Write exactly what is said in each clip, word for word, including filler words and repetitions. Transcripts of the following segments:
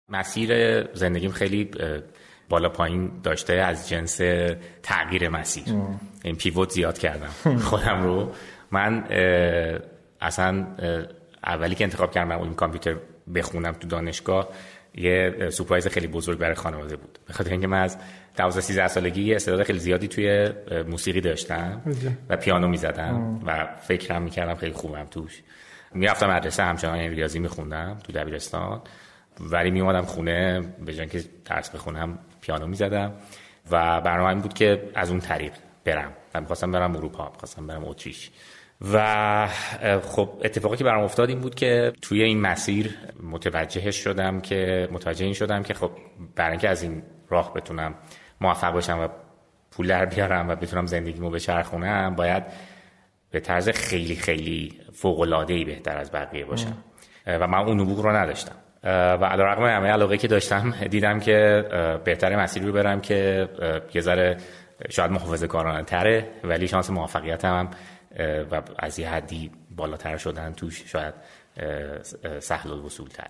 مسیر زندگیم خیلی بالا پایین داشته از جنس تغییر مسیر. این پیوت زیاد کردم خودم رو. من اصلا اولی که انتخاب کردم علوم کامپیوتر بخونم تو دانشگاه یه سورپرایز خیلی بزرگ برای خانواده بود، به خاطر اینکه من از دوازده سیزده سالگی استعداد خیلی زیادی توی موسیقی داشتم و پیانو میزدم و فکرم میکردم خیلی خوبم توش. میرفتم مدرسه همچنان ریاضی میخوندم تو دبیرستان، ولی میومدم خونه به جای اینکه درس بخونم پیانو میزدم و برنامه این بود که از اون طریق برم و میخواستم برم اروپا، میخواستم برم اتریش. و خب اتفاقی که برام افتاد این بود که توی این مسیر متوجهش شدم که متوجه این شدم که خب برای اینکه از این راه بتونم موفق باشم و پول در بیارم و بتونم زندگیمو بچرخونم باید به طرز خیلی خیلی فوق‌العاده‌ای بهتر از بقیه باشم و من اون نبوغ رو نداشتم و علیرغم همه علاقه‌ای که داشتم دیدم که بهتره مسیری رو برم که یه ذره شاید محافظه‌کارانه تره ولی شانس موفقیت هم و از یه حدی بالاتر شدن توش شاید سهل الوصول تره.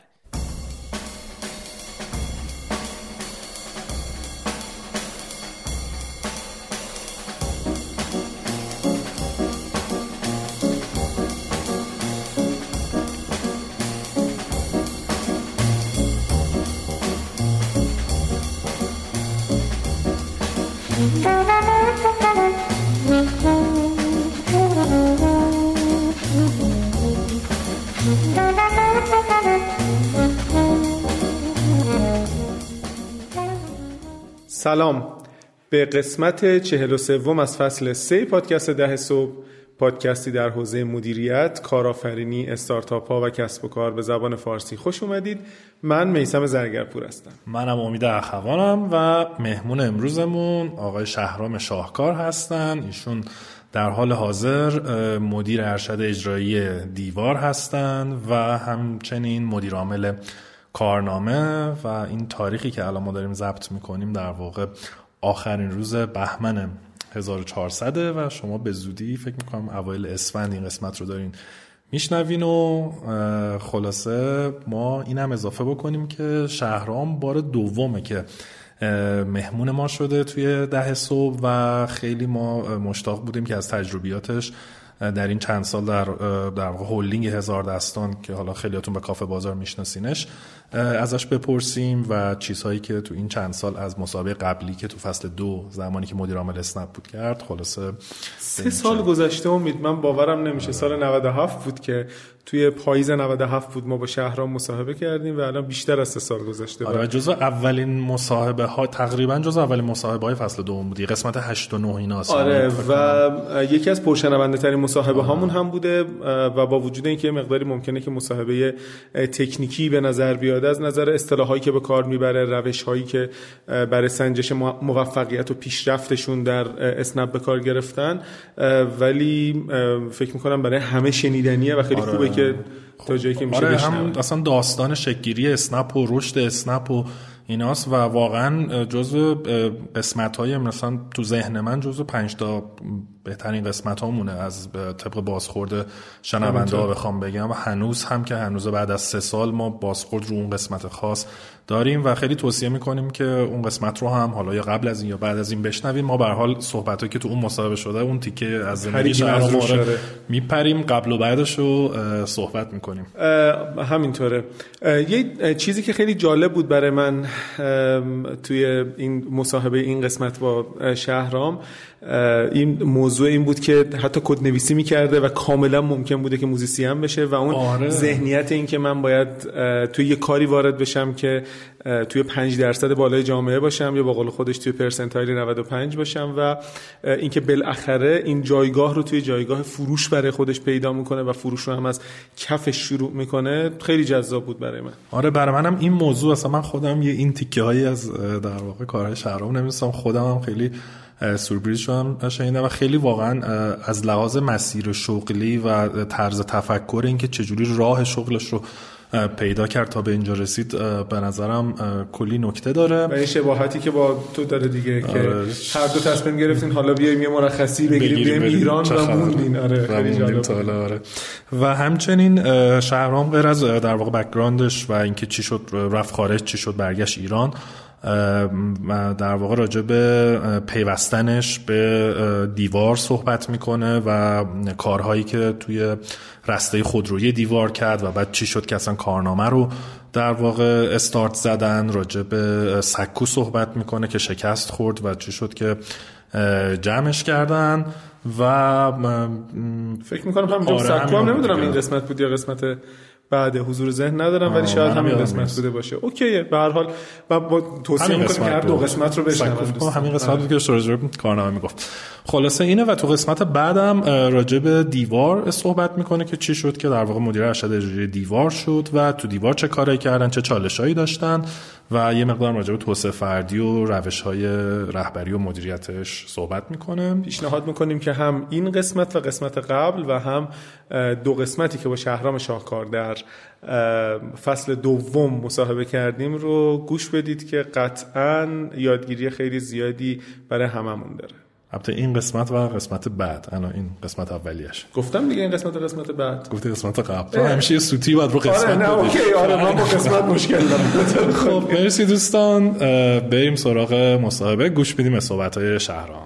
سلام، به قسمت چهل و سوم از فصل سه پادکست ده صبح، پادکستی در حوزه مدیریت، کارآفرینی، استارتاپ ها و کسب و کار به زبان فارسی خوش اومدید. من میثم زرگرپور هستم. منم امید اخوانم و مهمون امروزمون آقای شهرام شاهکار هستن. ایشون در حال حاضر مدیر ارشد اجرایی دیوار هستند و همچنین مدیر عامل کارنامه و این تاریخی که الان ما داریم ضبط میکنیم در واقع آخرین روز بهمن هزار و چهارصد و شما به زودی فکر میکنم اوایل اسفند این قسمت رو دارین میشنوین و خلاصه ما این هم اضافه بکنیم که شهرام بار دومه که مهمون ما شده توی ده صبح و خیلی ما مشتاق بودیم که از تجربیاتش در این چند سال در در هولدینگ هزار دستان که حالا خیلیاتون به کافه بازار میشناسینش ازش بپرسیم و چیزهایی که تو این چند سال از مسابقه قبلی که تو فصل دو زمانی که مدیر عامل اسنپ بود کرد. خلاصه سه سال گذشته امید، من باورم نمیشه. سال نود و هفت بود که توی پاییز نود و هفت بود ما با شهرام مصاحبه کردیم و الان بیشتر از سه سال گذشته. آره، جزو اولین مصاحبه ها تقریبا جزو اولین مصاحبه های فصل دوم بودی، قسمت هشت و نه ایناست. آره و یکی از پرشنونده ترین مصاحبه هامون هم بوده و با وجود اینکه مقداری ممکنه که مصاحبه تکنیکی به نظر بیاد از نظر اصطلاحایی که به کار میبره، روش‌هایی که برای سنجش موفقیت و پیشرفتشون در اسنپ به کار گرفتن، ولی فکر می‌کنم برای همه شنیدنیه و خیلی آره. خوبه که تا جایی که میشه آره بشنوه. هم اصلا داستان شکل‌گیری اسنپ و رشد اسنپ و ایناست و واقعا جزو قسمت‌های مثلا تو ذهن من جزو پنج تا بهترین قسمت‌هامونه از طبق بازخورد شنونده‌ها بخوام بگم و هنوز هم که هنوز بعد از سه سال ما بازخورد رو اون قسمت خاص داریم و خیلی توصیه می‌کنیم که اون قسمت رو هم حالا یا قبل از این یا بعد از این بشنویم. ما به هر حال صحبتایی که تو اون مصاحبه شده اون تیکه از زندگی شهرام میپریم قبل و بعدش رو صحبت می‌کنیم. همینطوره. یه چیزی که خیلی جالب بود برای من توی این مصاحبه این قسمت با شهرام، این موضوع این بود که حتی کد نویسی می‌کرده و کاملا ممکن بوده که موزیسین بشه و اون آره. ذهنیت این که من باید توی یه کاری وارد بشم که توی پنج درصد بالای جامعه باشم یا با قول خودش توی پرسنتایل نود و پنج باشم و اینکه بالاخره این جایگاه رو توی جایگاه فروش برای خودش پیدا میکنه و فروش رو هم از کفش شروع میکنه، خیلی جذاب بود برای من. آره برای منم این موضوع اصلا من خودم یه این تیکه هایی از در واقع کارهای شهرام نمی‌دونستم، خودم هم خیلی سورپرایز شدم شنیدم و خیلی واقعا از لحاظ مسیر شغلی و طرز تفکر این که چجوری راه شغلش رو پیدا کرد تا به اینجا رسید به نظرم کلی نکته داره و این شباهتی که با تو داره دیگه که هر دو تصمیم گرفتین حالا بیایم یه مرخصی بگیریم بیایم ایران و موندین. آره خیلی جالب. آره. و همچنین شهرام غیر از در واقع بک‌گراندش و اینکه چی شد رفت خارج، چی شد برگشت ایران، در واقع راجع به پیوستنش به دیوار صحبت میکنه و کارهایی که توی رسته خودرویی دیوار کرد و بعد چی شد که اصلا کارنامه رو در واقع استارت زدن. راجع به سکو صحبت میکنه که شکست خورد و چی شد که جمعش کردن و فکر میکنم همینجا سکو هم نمیدونم این قسمت بود یا قسمت بعد، حضور ذهن ندارم ولی شاید همین قسمت بوده باشه. اوکیه به هر حال و با توصیه می‌کنم که هر دو قسمت رو بشنوید. همین قسمت بود که استوریج کارنامه میگفت. خلاصه اینه و تو قسمت بعدم راجع به دیوار صحبت میکنه که چی شد که در واقع مدیر ارشد اجرایی دیوار شد و تو دیوار چه کارایی کردن، چه چالشایی داشتن و یه مقدار راجع به توسعه فردی و روش‌های رهبری و مدیریتش صحبت میکنه. پیشنهاد میکنیم که هم این قسمت و قسمت قبل و هم دو قسمتی که با شهرام شاهکار در فصل دوم مصاحبه کردیم رو گوش بدید که قطعاً یادگیری خیلی زیادی برای هممون داره. البته این قسمت و قسمت بعد، انا این قسمت اولیش گفتم دیگه، این قسمت و قسمت بعد گفتی قسمت قبل تو همیشه سوتی بعد رو قسمت آره نه اوکی آره من با قسمت مشکل دارم. خب مرسی دوستان، بریم سراغ مصاحبه، گوش بدیم به صحبت‌های شهرام.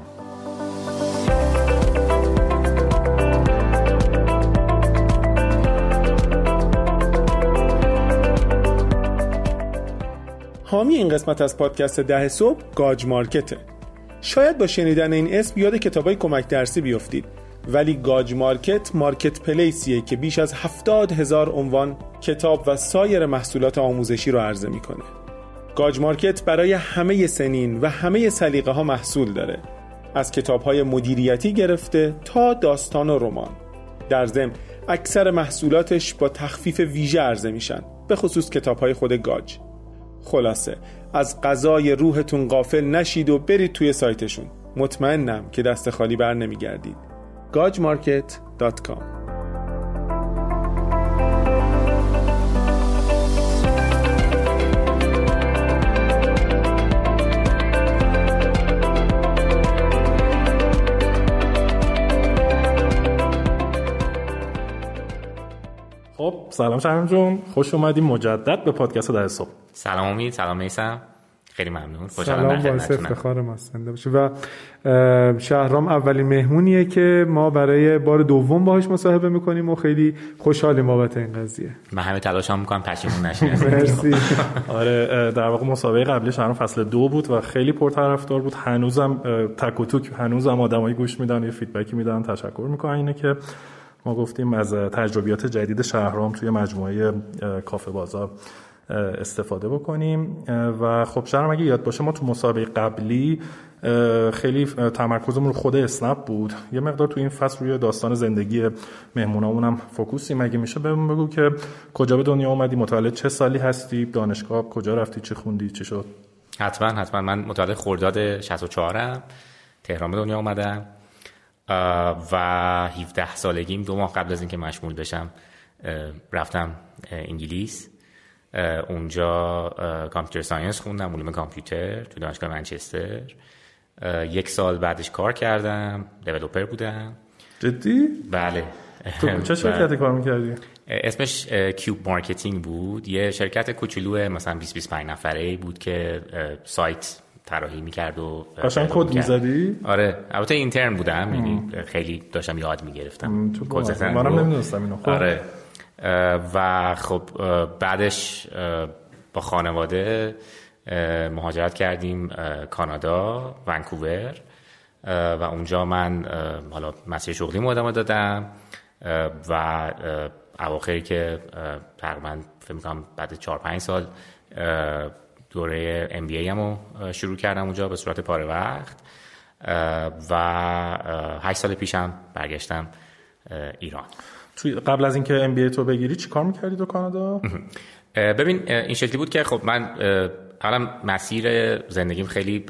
حامی این قسمت از پادکست ده صبح گاج مارکته. شاید با شنیدن این اسم یاد کتابای کمک درسی بیفتید، ولی گاج مارکت مارکت پلیسیه که بیش از هفتاد هزار عنوان کتاب و سایر محصولات آموزشی رو عرضه میکنه. گاج مارکت برای همه سنین و همه سلیقه ها محصول داره، از کتاب‌های مدیریتی گرفته تا داستان و رمان. در ضمن اکثر محصولاتش با تخفیف ویژه عرضه میشن، به خصوص کتاب‌های خود گاج. خلاصه از غذای روحتون غافل نشید و برید توی سایتشون. مطمئنم که دست خالی بر نمیگردید. گاج مارکت دات کام. خب سلام شهرام جون، خوش اومدیم مجدد به پادکست ده صبح. سلام امید، سلام میثم، خیلی ممنون، خوشحالم در خدمتتونم. سلام، افتخار ماست زنده باشی. و شهرام اولین مهمونیه که ما برای بار دوم باهاش مصاحبه میکنیم و خیلی خوشحالیم بابت این قضیه. من همه تلاشام میکنم پشیمون نشین. مرسی. آره در واقع مسابقه قبلی شهرام فصل دو بود و خیلی پرطرفدار بود. هنوزم تک و توک هنوزم آدمایی گوش میدن، یه فیدبکی میدن، تشکر میکنن. اینه که ما گفتیم از تجربیات جدید شهرام توی مجموعه کافه بازار استفاده بکنیم. و خب شهرام اگه یاد باشه ما تو مسابقه قبلی خیلی تمرکزمون رو خود اسنپ بود، یه مقدار تو این فصل روی داستان زندگی مهمونامون هم فوکوسیم. اگه میشه بهمون بگو که کجا به دنیا اومدی، متولد چه سالی هستی، دانشگاه کجا رفتی، چه خوندی، چی شد؟ حتما حتما من متولد خرداد شصت و چهار ام، تهران به دنیا اومدم و هفده سالگیم دو ماه قبل از اینکه مشمول بشم رفتم انگلیس. اونجا کامپیوتر ساینس خوندم، علوم کامپیوتر تو دانشگاه منچستر. یک سال بعدش کار کردم، دیولپر بودم. جدی؟ بله. تو چه شرکتی کار میکردی؟ اسمش کیوب مارکتینگ بود، یه شرکت کوچولو مثلا بیست بیست و پنج نفره‌ای بود که سایت طراحی میکرد و قشنگ کد میزدی؟ آره البته اینترن بودم، یعنی خیلی داشتم یاد میگرفتم کد زدن. منم نمیدونستم اینو. خب آره و خب بعدش با خانواده مهاجرت کردیم کانادا، ونکوور و اونجا من حالا مسیر شغلی ادامه دادم و اواخری که تقریبا فکر می‌کنم بعد چهار پنج سال دوره ام بی ای امو شروع کردم اونجا به صورت پاره وقت و هشت سال پیشم برگشتم ایران. توی قبل از اینکه ام بی ای تو بگیری چی کار می‌کردی تو کانادا؟ ببین این شکلی بود که خب من اولا مسیر زندگیم خیلی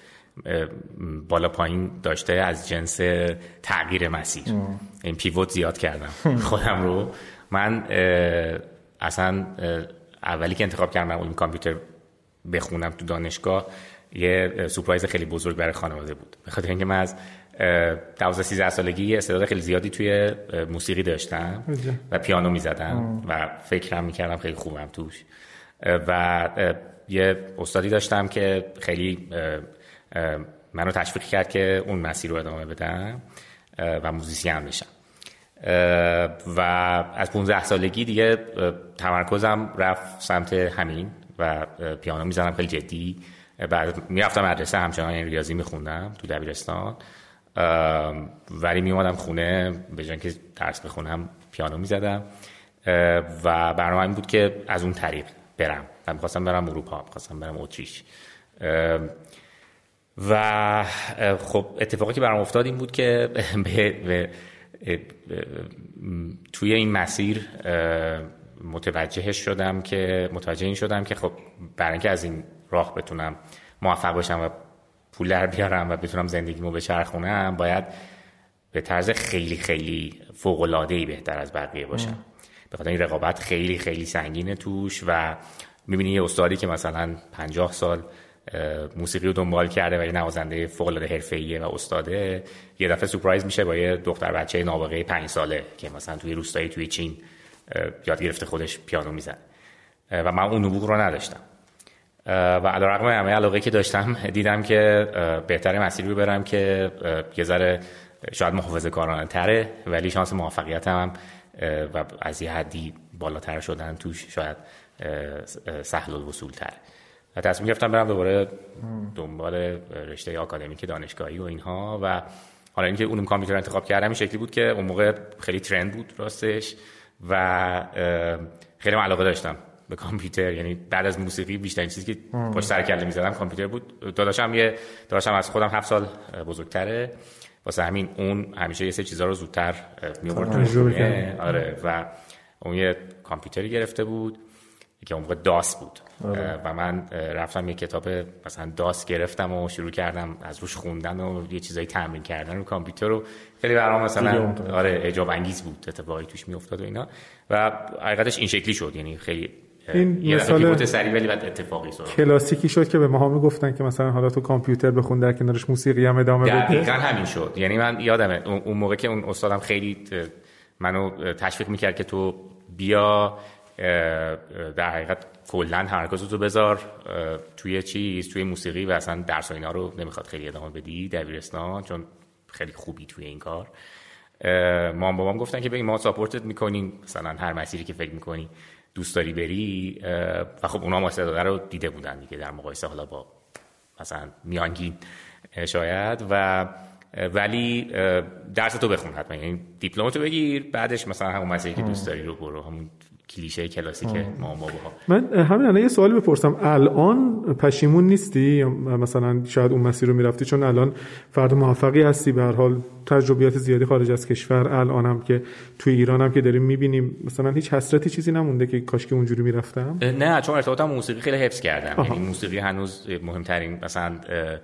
بالا پایین داشته از جنس تغییر مسیر، این پیوت زیاد کردم خودم رو. من اصلا اولی که انتخاب کردم علوم کامپیوتر بخونم تو دانشگاه یه سورپرایز خیلی بزرگ برای خانواده بود، به خاطر اینکه من از دوازده سیزده سالگی استعداد خیلی زیادی توی موسیقی داشتم و پیانو میزدم و فکرم میکردم خیلی خوبم توش و یه استادی داشتم که خیلی منو تشویق کرد که اون مسیر رو ادامه بدم و موزیسین بشم و از پانزده سالگی دیگه تمرکزم رفت سمت همین و پیانو میزنم خیلی جدی. بعد میرفتم مدرسه همچنان ریاضی میخوندم تو دبیرستان، ولی میومدم خونه به جای اینکه درس بخونم پیانو میزدم و برنامه این بود که از اون طریق برم و میخواستم برم اروپا، میخواستم برم اتریش. و خب اتفاقی که برام افتاد این بود که به, به توی این مسیر متوجه شدم که متوجه این شدم که خب برای اینکه از این راه بتونم موفق باشم و پول در بیارم و بتونم زندگیمو بچرخونم باید به طرز خیلی خیلی فوق‌العاده‌ای بهتر از بقیه باشم. به خاطر این رقابت خیلی خیلی سنگینه توش و می‌بینی یه استادی که مثلا پنجاه سال موسیقی رو دنبال کرده و یه نوازنده فوق‌العاده حرفه‌ایه و استاده، یه دفعه سورپرایز میشه با یه دختر بچه نابغه پنج ساله که مثلا توی روستایی توی چین یاد گرفته خودش پیانو میزنه و من اون نبوغ رو نداشتم و علیرغم همه علاقه‌ای که داشتم دیدم که بهتره مسیری رو برم که یه ذره شاید محافظه‌کارانه تره ولی شانس موفقیتم هم و از یه حدی بالاتر شدن توش شاید سهل الوصول تره و تصمیم گرفتم برم دوباره دنبال رشته آکادمیک دانشگاهی و اینها. و حالا اینکه علوم کامپیوتر انتخاب کردم این شکلی بود که اون موقع خیلی ترند بود راستش و خیلی علاقه داشتم به کامپیوتر، یعنی بعد از موسیقی بیشترین چیزی که پشت سر کله می‌زدم کامپیوتر بود. داداشم یه داداشم از خودم هفت سال بزرگتره، واسه همین اون همیشه یه سه چیزا رو زودتر می‌آورد تو. آره و اون یه کامپیوتری گرفته بود که اون موقع داس بود و من رفتم یه کتاب مثلا داس گرفتم و شروع کردم از روش خوندن و یه چیزایی تمرین کردن رو کامپیوتر رو. خیلی برام مثلا آره اعجاب انگیز بود اتفاقی توش میافتاد و اینا و حقیقتش این شکلی شد، یعنی خیلی این یه دفعه پیوت سریع ولی بعد اتفاقی شد. کلاسیکی شد که به ما میگفتن که مثلا حالا تو کامپیوتر بخون در کنارش موسیقی هم ادامه بده. دقیقاً همین شد. یعنی من یادمه اون موقع که اون استادم خیلی منو تشویق میکرد که تو بیا در حقیقت کلا تمرکزتو بذار توی چیز توی موسیقی و اصلا درس و اینا رو نمیخواد خیلی ادامه بدی دبیرستان چون خیلی خوبی توی این کار. مام بابام گفتن که ببین ما ساپورتت میکنیم مثلا هر مسیری که فکر میکنی دوست داری بری و خب اونا مستعد رو دیده بودن دیگه در مقایسه حالا با مثلا میانگین شاید و ولی درس تو بخون حتما، یعنی دیپلمتو بگیر بعدش مثلا همون مسیری که دوست داری رو برو، همون کلیشه کلاسیک مام باباها. من همین الان یه سوالی بپرسم، الان پشیمون نیستی یا مثلا شاید اون مسیر رو میرفتی چون الان فرد موفقی هستی، به هر حال تجربیات زیادی خارج از کشور، الانم که توی ایران هم که داریم میبینیم، مثلا هیچ حسرتی چیزی نمونده که کاش که اونجوری میرفتم؟ نه چون ارتباطم موسیقی خیلی حفظ کردم. یعنی موسیقی هنوز مهمترین مثلا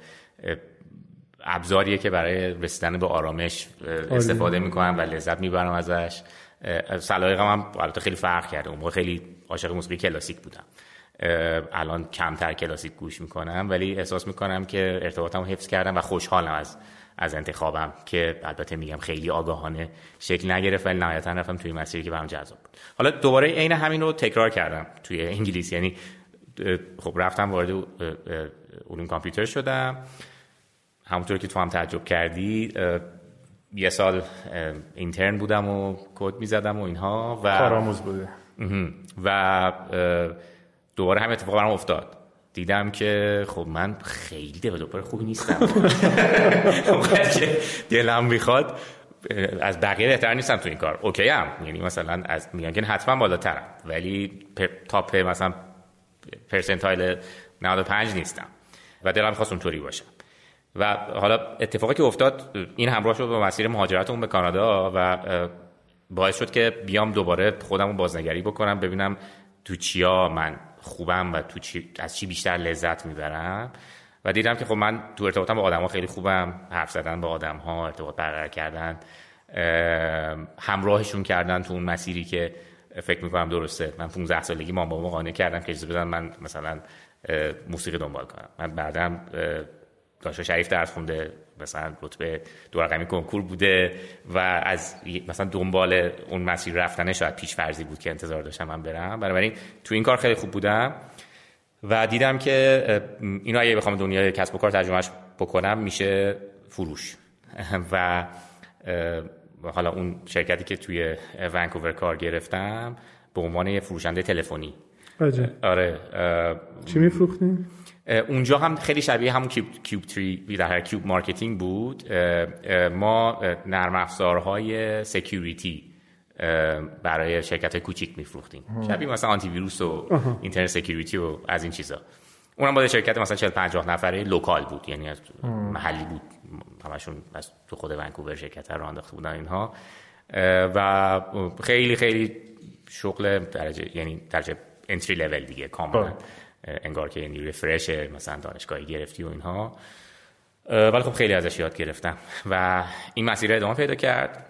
ابزاریه که برای رسیدن به آرامش استفاده میکنم و لذت میبرم ازش. سلیقه‌م هم البته خیلی فرق کرده، اون موقع خیلی عاشق موسیقی کلاسیک بودم، الان کمتر کلاسیک گوش میکنم ولی احساس میکنم که ارتباطمو حفظ کردم و خوشحالم از از انتخابم که البته میگم خیلی آگاهانه شکل نگرفت ولی نهایتا رفتم توی مسیری که برام جذاب بود. حالا دوباره عین همین رو تکرار کردم توی انگلیسی، یعنی خب رفتم وارد علوم کامپیوتر شدم، همونطور که تو هم تعجب کردی یه سال اینترن بودم و کد میزدم و اینها و کارآموز بوده و دوباره هم اتفاق برام افتاد، دیدم که خب من خیلی دیولپر خوبی نیستم اونقدر که دلم میخواد از بقیه بهتر نیستم تو این کار. اوکی هم یعنی مثلا از میگن که حتما بالاترم ولی تاپ مثلا پرسنتایل نود و پنج نیستم و دلم خواست اونطوری باشم. و حالا اتفاقی که افتاد این همراه شد با مسیر مهاجرتمون به کانادا و باعث شد که بیام دوباره خودمو بازنگری بکنم ببینم تو چیا من خوبم و تو چی از چی بیشتر لذت میبرم و دیدم که خب من تو ارتباطم با آدم‌ها خیلی خوبم، حرف زدن با آدم‌ها، ارتباط برقرار کردن، همراهشون کردن تو اون مسیری که فکر میکنم درسته. من پانزده سالگی مام بابامو قانع کردم که اجازه بدن من مثلا موسیقی دنبال کنم. من بعدم دانشگاه شریف درس خونده، مثلا رتبه دو رقمی کنکور بوده و از مثلا دنبال اون مسیر رفتنه شاید پیش فرضی بود که انتظار داشتم من برم. بنابراین تو این کار خیلی خوب بودم و دیدم که اینو اگه بخوام دنیای کسب و کار ترجمهش بکنم میشه فروش. و حالا اون شرکتی که توی ونکوور کار گرفتم به عنوان یه فروشنده تلفنی. عجب. آره. چی میفروختین؟ اونجا هم خیلی شبیه همون کیوب کیوب تری در هر کیوب مارکتینگ بود. ما نرم افزارهای سکیوریتی برای شرکت‌های کوچیک میفروختیم، شبیه مثلا آنتی ویروس و آها. اینترنت سکیوریتی و از این چیزا. اونم با شرکت مثلا چهل پنجاه نفره لوکال بود، یعنی از محلی بود، همشون از تو خود ونکوور شرکت رو انداخته بودن اینها و خیلی خیلی شغل درجه یعنی درجه انتری لول دیگه کاملا، انگار که یعنی ریفرش مثلا دانشگاهی گرفتی و اینها. ولی خب خیلی ازش یاد گرفتم و این مسیر ادامه پیدا کرد.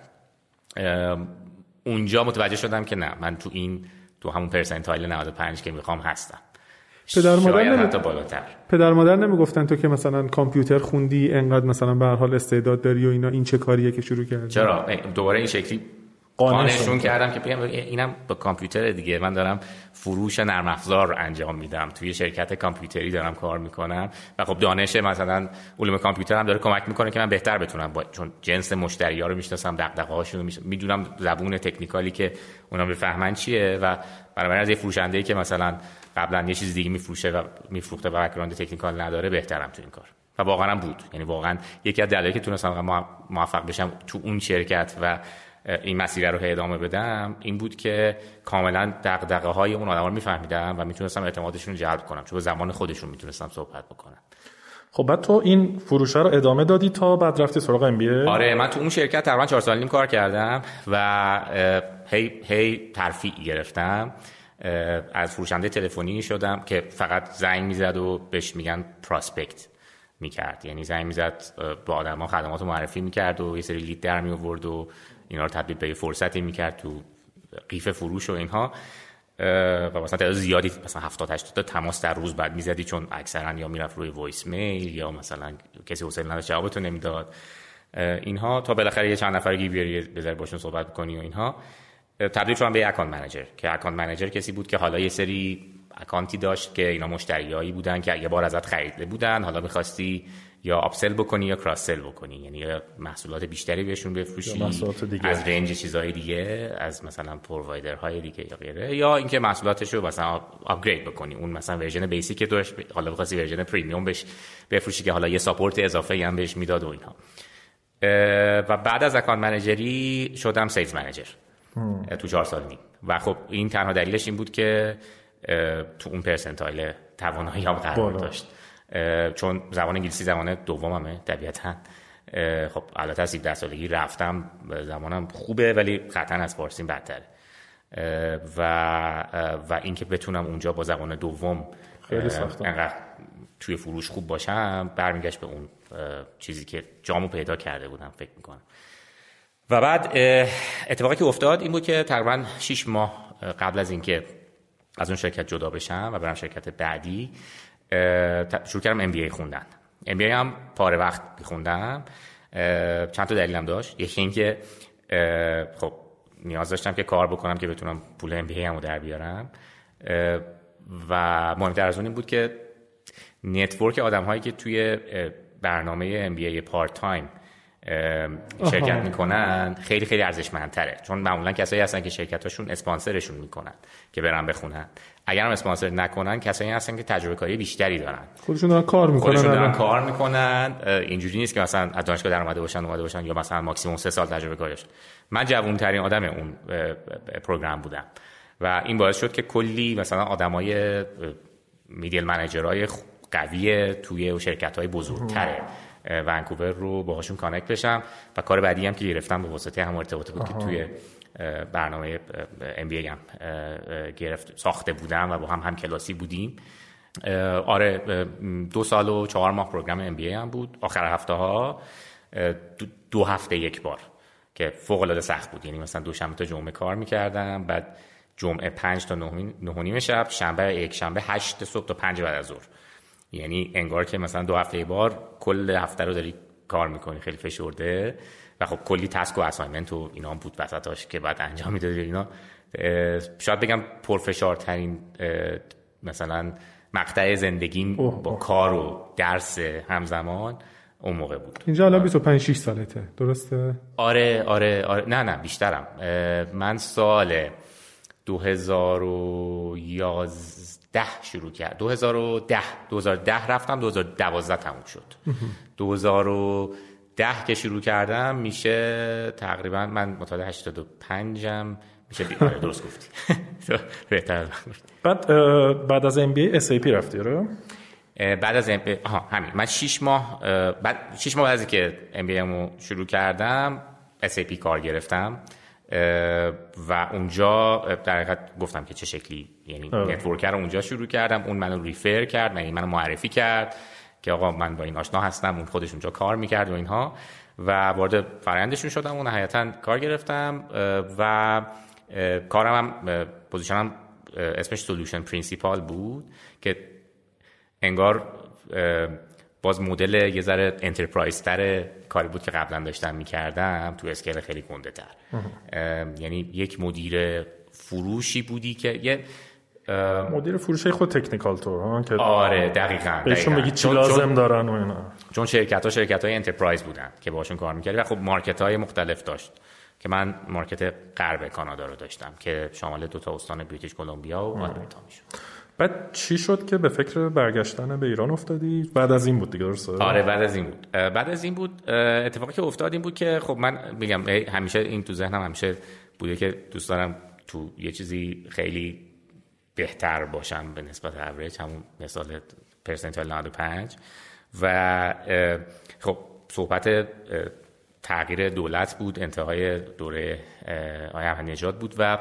اونجا متوجه شدم که نه، من تو این تو همون پرسنتایل نود و پنج که میخوام هستم. پدر مادر نمی... حتی بالاتر. پدر مادر نمیگفتن تو که مثلا کامپیوتر خوندی انقدر مثلا به هر حال استعداد داری و اینا، این چه کاریه که شروع کردی؟ چرا دوباره این شکلی قانعشون کردم که بگم اینم با کامپیوتر دیگه، من دارم فروش نرم افزار رو انجام میدم، توی شرکت کامپیوتری دارم کار میکنم و خب دانش مثلا علوم کامپیوتر هم داره کمک میکنه که من بهتر بتونم با... چون جنس مشتری‌ها رو میشناسم، دغدغه‌هاشون رو میدونم، زبون تکنیکالی که اونا بفهمن چیه و بنابراین از یه فروشنده‌ای که مثلا قبلا یه چیز دیگه میفروشه و میفروخته و بک‌گراند تکنیکال نداره بهترم تو این کار. و واقعا بود، یعنی واقعا یکی از دلایلی که تونستم موفق بشم تو اون شرکت و این مسیر رو ادامه بدم این بود که کاملا دغدغه‌های اون آدما رو میفهمیدم و میتونستم اعتمادشون رو جلب کنم، چون به زبان خودشون میتونستم صحبت بکنم. خب بعد تو این فروشه رو ادامه دادی تا بعد رفتی سراغ ام بی ای؟ آره، من تو اون شرکت تقریبا چهار سال نیم کار کردم و هی هی ترفیع گرفتم. از فروشنده تلفنی شدم که فقط زنگ میزد و بهش میگن پراسپکت میکرد، یعنی زنگ میزد با آدما خدمات معرفی میکرد و یه سری لید در می آورد و اینا رو تبدیل به فرصتی میکرد تو قیف فروش و اینها و مثلا تعداد زیادی مثلا هفتاد هشتاد تا تماس در روز بعد میزدی، چون اکثرا یا میرفت روی وایس میل یا مثلا کسی حوصله نداشت جوابتو نمیداد اینها، تا بالاخره یه چند نفر گیری بذاری باشون صحبت بکنی و اینها. تبدیل شدم به اکانت منیجر که اکانت منیجر کسی بود که حالا یه سری اکانتی داشت که اینا مشتریایی بودن که یه بار ازت خریده بودن، حالا می‌خواستی یا آپسل بکنی یا کراس سل بکنی، یعنی یا محصولات بیشتری بهشون بفروشی از رنج چیزهای دیگه، از مثلا پرووایدرهای دیگه یا غیره، یا اینکه محصولاتشو مثلا آپگرید بکنی، اون مثلا ورژن بیسیک که داشت حالا بخواستی ورژن پریمیوم بهش بفروشی که حالا یه ساپورت اضافه‌ای هم بهش میداد و اینها. و بعد از اکانت منیجری شدم سیلز منیجر تو چهار سال نیم و خب این تنها دلیلش این بود که تو اون پرسنتایل تواناییام قرار داشت، چون زبان انگلیسی زبان دوممه طبیعتاً. خب البته از هفده سالگی رفتم، زبانم خوبه ولی قطعاً از فارسی بدتره و و اینکه بتونم اونجا با زبان دوم انقدر توی فروش خوب باشم برمیگشت به اون چیزی که جامو پیدا کرده بودم فکر میکنم. و بعد اتفاقی که افتاد این بود که تقریباً شش ماه قبل از اینکه از اون شرکت جدا بشم و برم شرکت بعدی شروع کردم ام بی ای خوندن. ام بی ای هم پاره وقت خوندم، چند تا دلیلم داشت. یکی این که خب نیاز داشتم که کار بکنم که بتونم پول ام بی ای همو در بیارم و مهمتر از اون این بود که نتورک آدم‌هایی که توی برنامه ام بی ای پارت تایم شرکت میکنن خیلی خیلی ارزشمندتره، چون معمولا کسایی هستن که شرکتاشون اسپانسرشون میکنن که برن بخونن. اگر هم اسپانسر نکنن کسایی هستن که تجربه کاری بیشتری دارن، خودشون دارن کار میکنن خودشون دارن کار میکنن اینجوری نیست که مثلا از دانشگاه در اومده باشن اومده باشن یا مثلا ماکسیمم سه سال تجربه کاری داشتن. من جوان‌ترین آدم اون پروگرام بودم و این باعث شد که کلی مثلا آدمای میدل منیجرای قوی توی شرکت‌های بزرگتره ونکوور رو باهاشون کانکت بشم و کار بعدی هم که گرفتم به واسطه هم ارتباطی بود که توی برنامه ام بی ای هم گرفت ساخته بودم و با هم هم کلاسی بودیم. آره دو سال و چهار ماه پروگرام ام بی ای هم بود. آخر هفته ها دو هفته یک بار که فوق العاده سخت بود، یعنی مثلا دوشنبه تا جمعه کار میکردم، بعد جمعه پنج تا نه و نیم شب، شنبه یک شنبه هشت صبح تا پنج بعد از ظهر. یعنی انگار که مثلا دو هفته بار کل هفته رو داری کار میکنی، خیلی فشرده و خب کلی تسک و اسایمنت و اینا هم بود وسطاش که بعد انجام میدادی. اینا شاید بگم پرفشارترین مثلا مقطع زندگیم با کار و درس همزمان اون موقع بود. اینجا الان بیست و پنج شش سالته درسته؟ آره آره آره نه نه بیشترم. من سال دو هزار و یازده شروع کرد، دو هزار و ده دو هزار و ده رفتم، دو هزار و دوازده تموم شد. دو هزار و ده که شروع کردم میشه تقریبا من متولد هشتاد و پنجم میشه بیاره. درست گفتی. بهتر. بعد بعد از ام بی ای اس ای پی رفتی رو؟ بعد از ام بی ای آها همین من شش ماه بعد شش ماه بعد از اینکه ام بی ای مو شروع کردم اس ای پی کار گرفتم و اونجا در حقیقت گفتم که چه شکلی، یعنی نتورکر رو اونجا شروع کردم. اون منو ریفر کرد، یعنی منو معرفی کرد که آقا من با این آشنا هستم. اون خودش اونجا کار میکرد و اینها و وارد فرآیندشون شدم و نهایتاً کار گرفتم و کارم هم پوزیشنم اسمش سولوشن پرینسیپال بود که انگار باز مدل یه ذره انترپرایز تر کاری بود که قبلا داشتم میکردم تو اسکیل خیلی گنده تر. یعنی یک مدیر فروشی بودی که یه مدیر فروشی خود تکنیکال تور ها که آره دقیقاً بهشون بگی چی لازم دارن و اینا، چون شرکت ها شرکت های انترپرایز بودن که باشون کار میکردی و خب مارکت های مختلف داشت که من مارکت غرب کانادا رو داشتم که شامل دو تا استان بریتیش کلمبیا و آلبرتا میشد. بعد چی شد که به فکر برگشتن به ایران افتادی؟ بعد از این بود دیگه درسته؟ آره بعد از این بود. بعد از این بود اتفاقی که افتاد این بود که خب من میگم همیشه این تو ذهنم همیشه بوده که دوست دارم تو یه چیزی خیلی بهتر باشم به نسبت اوریج، همون مثال پرسنتایل نود و پنج. و خب صحبت تغییر دولت بود، انتهای دوره آقای احمدی‌نژاد بود و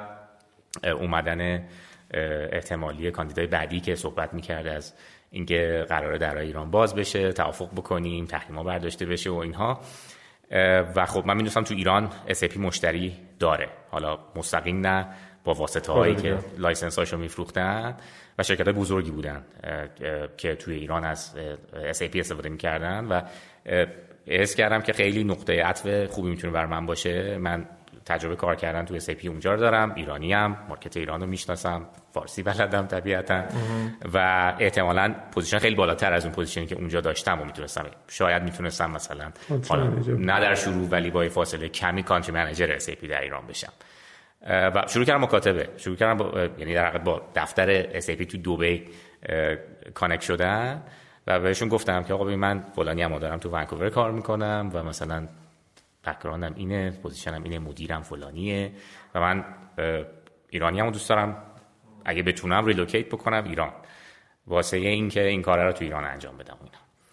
اومدن احتمالی کاندیدای بعدی که صحبت می‌کرد از اینکه قراره درای ایران باز بشه، توافق بکنیم، تحریما برداشته بشه و اینها. و خب من می‌دونستم تو ایران اس ای پی مشتری داره، حالا مستقیم نه، با واسطه هایی که لایسنس هاشو میفروختن و شرکت های بزرگی بودن که توی ایران از اس ای پی استفاده میکردن و حس کردم که خیلی نقطه عطف خوبی میتونه بر من باشه. من تجربه کار کردن توی اس ای پی اونجا رو دارم، ایرانی ام، مارکت ایران رو میشناسم، فارسی بلدم طبیعتا و احتمالاً پوزیشن خیلی بالاتر از اون پوزیشنی که اونجا داشتم و میتونستم، شاید میتونستم مثلا حالا نه در شروع ولی با فاصله کمی کانتری منیجر اس ای پی در ایران بشم. و شروع کردم مکاتبه، شروع کردم با، یعنی در حقیقت با دفتر اس ای پی تو دبی کانکت شدن و بهشون گفتم که آقا ببین من فلانی ام دارم تو ونکوور کار میکنم و مثلا بک‌گراندم اینه، پوزیشنم اینه، مدیرم فلانیه و من ایرانی ام دوست دارم اگه بتونم ریلوکیت بکنم ایران واسه این که این کارا رو تو ایران انجام بدم اینا.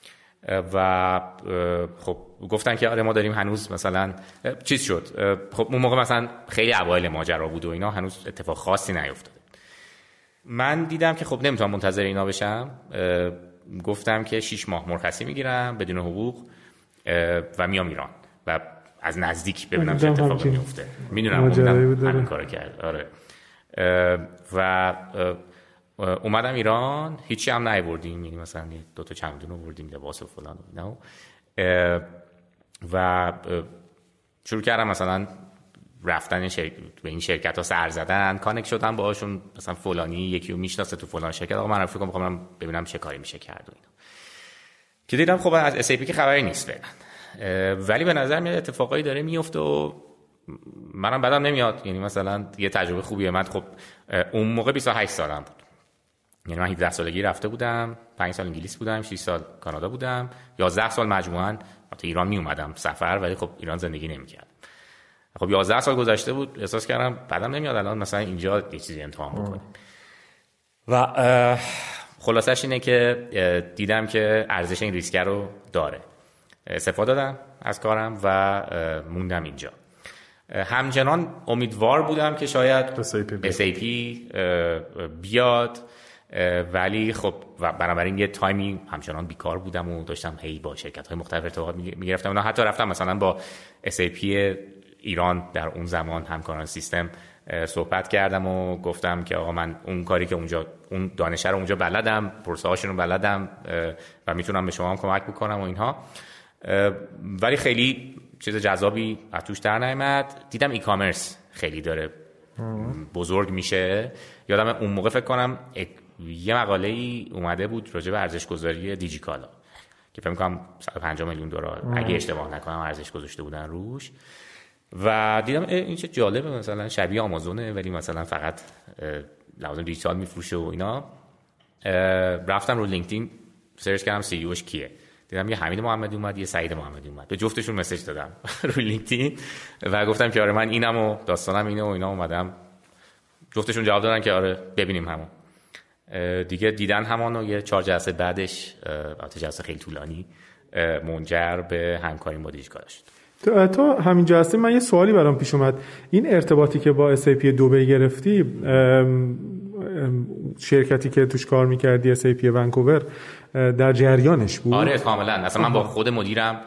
و خب گفتن که آره ما داریم هنوز مثلا چیز شد. خب اون موقع مثلا خیلی اوایل ماجرا بود و اینا، هنوز اتفاق خاصی نیفتاده. من دیدم که خب نمیتونم منتظر اینا بشم، گفتم که شش ماه مرخصی میگیرم بدون حقوق و میام ایران و از نزدیک ببینم چه اتفاقی میفته. میدونم اونم همین کارو کرد. آره. و اومدم ایران، هیچی هم نیاوردیم، یعنی مثلا دو تا چمدون آوردیم، لباس و فلان و اینا و شروع کردم مثلا رفتن شرکت به این شرکت‌ها سر زدن، کانکت شدم باهاشون، مثلا فلانی یکی رو میشناسه تو فلان شرکت، آقا من رفتم می‌خوام ببینم چه کاری میشه کرد و اینا. که دیدم خب از اس ای پی که خبری نیست فعلا، ولی به نظر میاد اتفاقایی داره میفته و منم بدم نمیاد. یعنی مثلا یه تجربه خوبیه. من خب اون موقع بیست و هشت سالم بود، یعنی من هفده سالگی رفته بودم، پنج سال انگلیس بودم، شش سال کانادا بودم، یازده سال مجموعاً تو ایران می اومدم سفر، ولی خب ایران زندگی نمی‌کردم. خب یازده سال گذشته بود، احساس کردم بعدم نمیاد الان مثلا اینجا یه چیزی امتحان بکنیم. و خلاصش اینه که دیدم که ارزش این ریسک رو داره. استفاده دادم از کارم و موندم اینجا. همچنان امیدوار بودم که شاید اس ای پی بیاد، ولی خب بنابراین یه تایمی همچنان بیکار بودم و داشتم هی با شرکت‌های مختلف ارتباط می‌گرفتم. حتی رفتم مثلا با اس ای پی ایران در اون زمان همکاران سیستم صحبت کردم و گفتم که آقا من اون کاری که اونجا اون دانشه رو اونجا بلدم، پروسه هاشون رو بلدم و میتونم به شما هم کمک بکنم و اینها، ولی خیلی چیز جذابی از توش در نیامد. دیدم ای کامرس خیلی داره بزرگ میشه. یادم اون موقع فکر کنم یه مقاله ای اومده بود راجع به ارزش گذاری دیجیکالا که فکر می‌کنم صد و پنجاه میلیون دلار اگه اشتباه نکنم ارزش گذاشته بودن روش و دیدم این چه جالبه، مثلا شبیه آمازونه ولی مثلا فقط لوازم دیجیتال میفروشه و اینا. رفتم رو لینکدین سرچ کردم سی ای اوش کیه، دیدم یه حمید محمدی اومد، یه سعید محمدی اومد. به جفتشون مسیج دادم رو لینکدین و گفتم که آره من اینم و داستانم اینه و اینا. اومدم جفتشون جواب دادن که آره ببینیم همون. دیگه دیدن همون و یه چهار جلسه بعدش، البته جلسه خیلی طولانی، منجر به همکاری با دیجیکالا شد. تو, تو همین جلسه من یه سوالی برام پیش اومد. این ارتباطی که با اس ای پی دبی گرفتی، شرکتی که توش کار می‌کردی اس ای پی ونکوور در جریانش بود؟ آره کاملا. اصلا من با خود مدیرم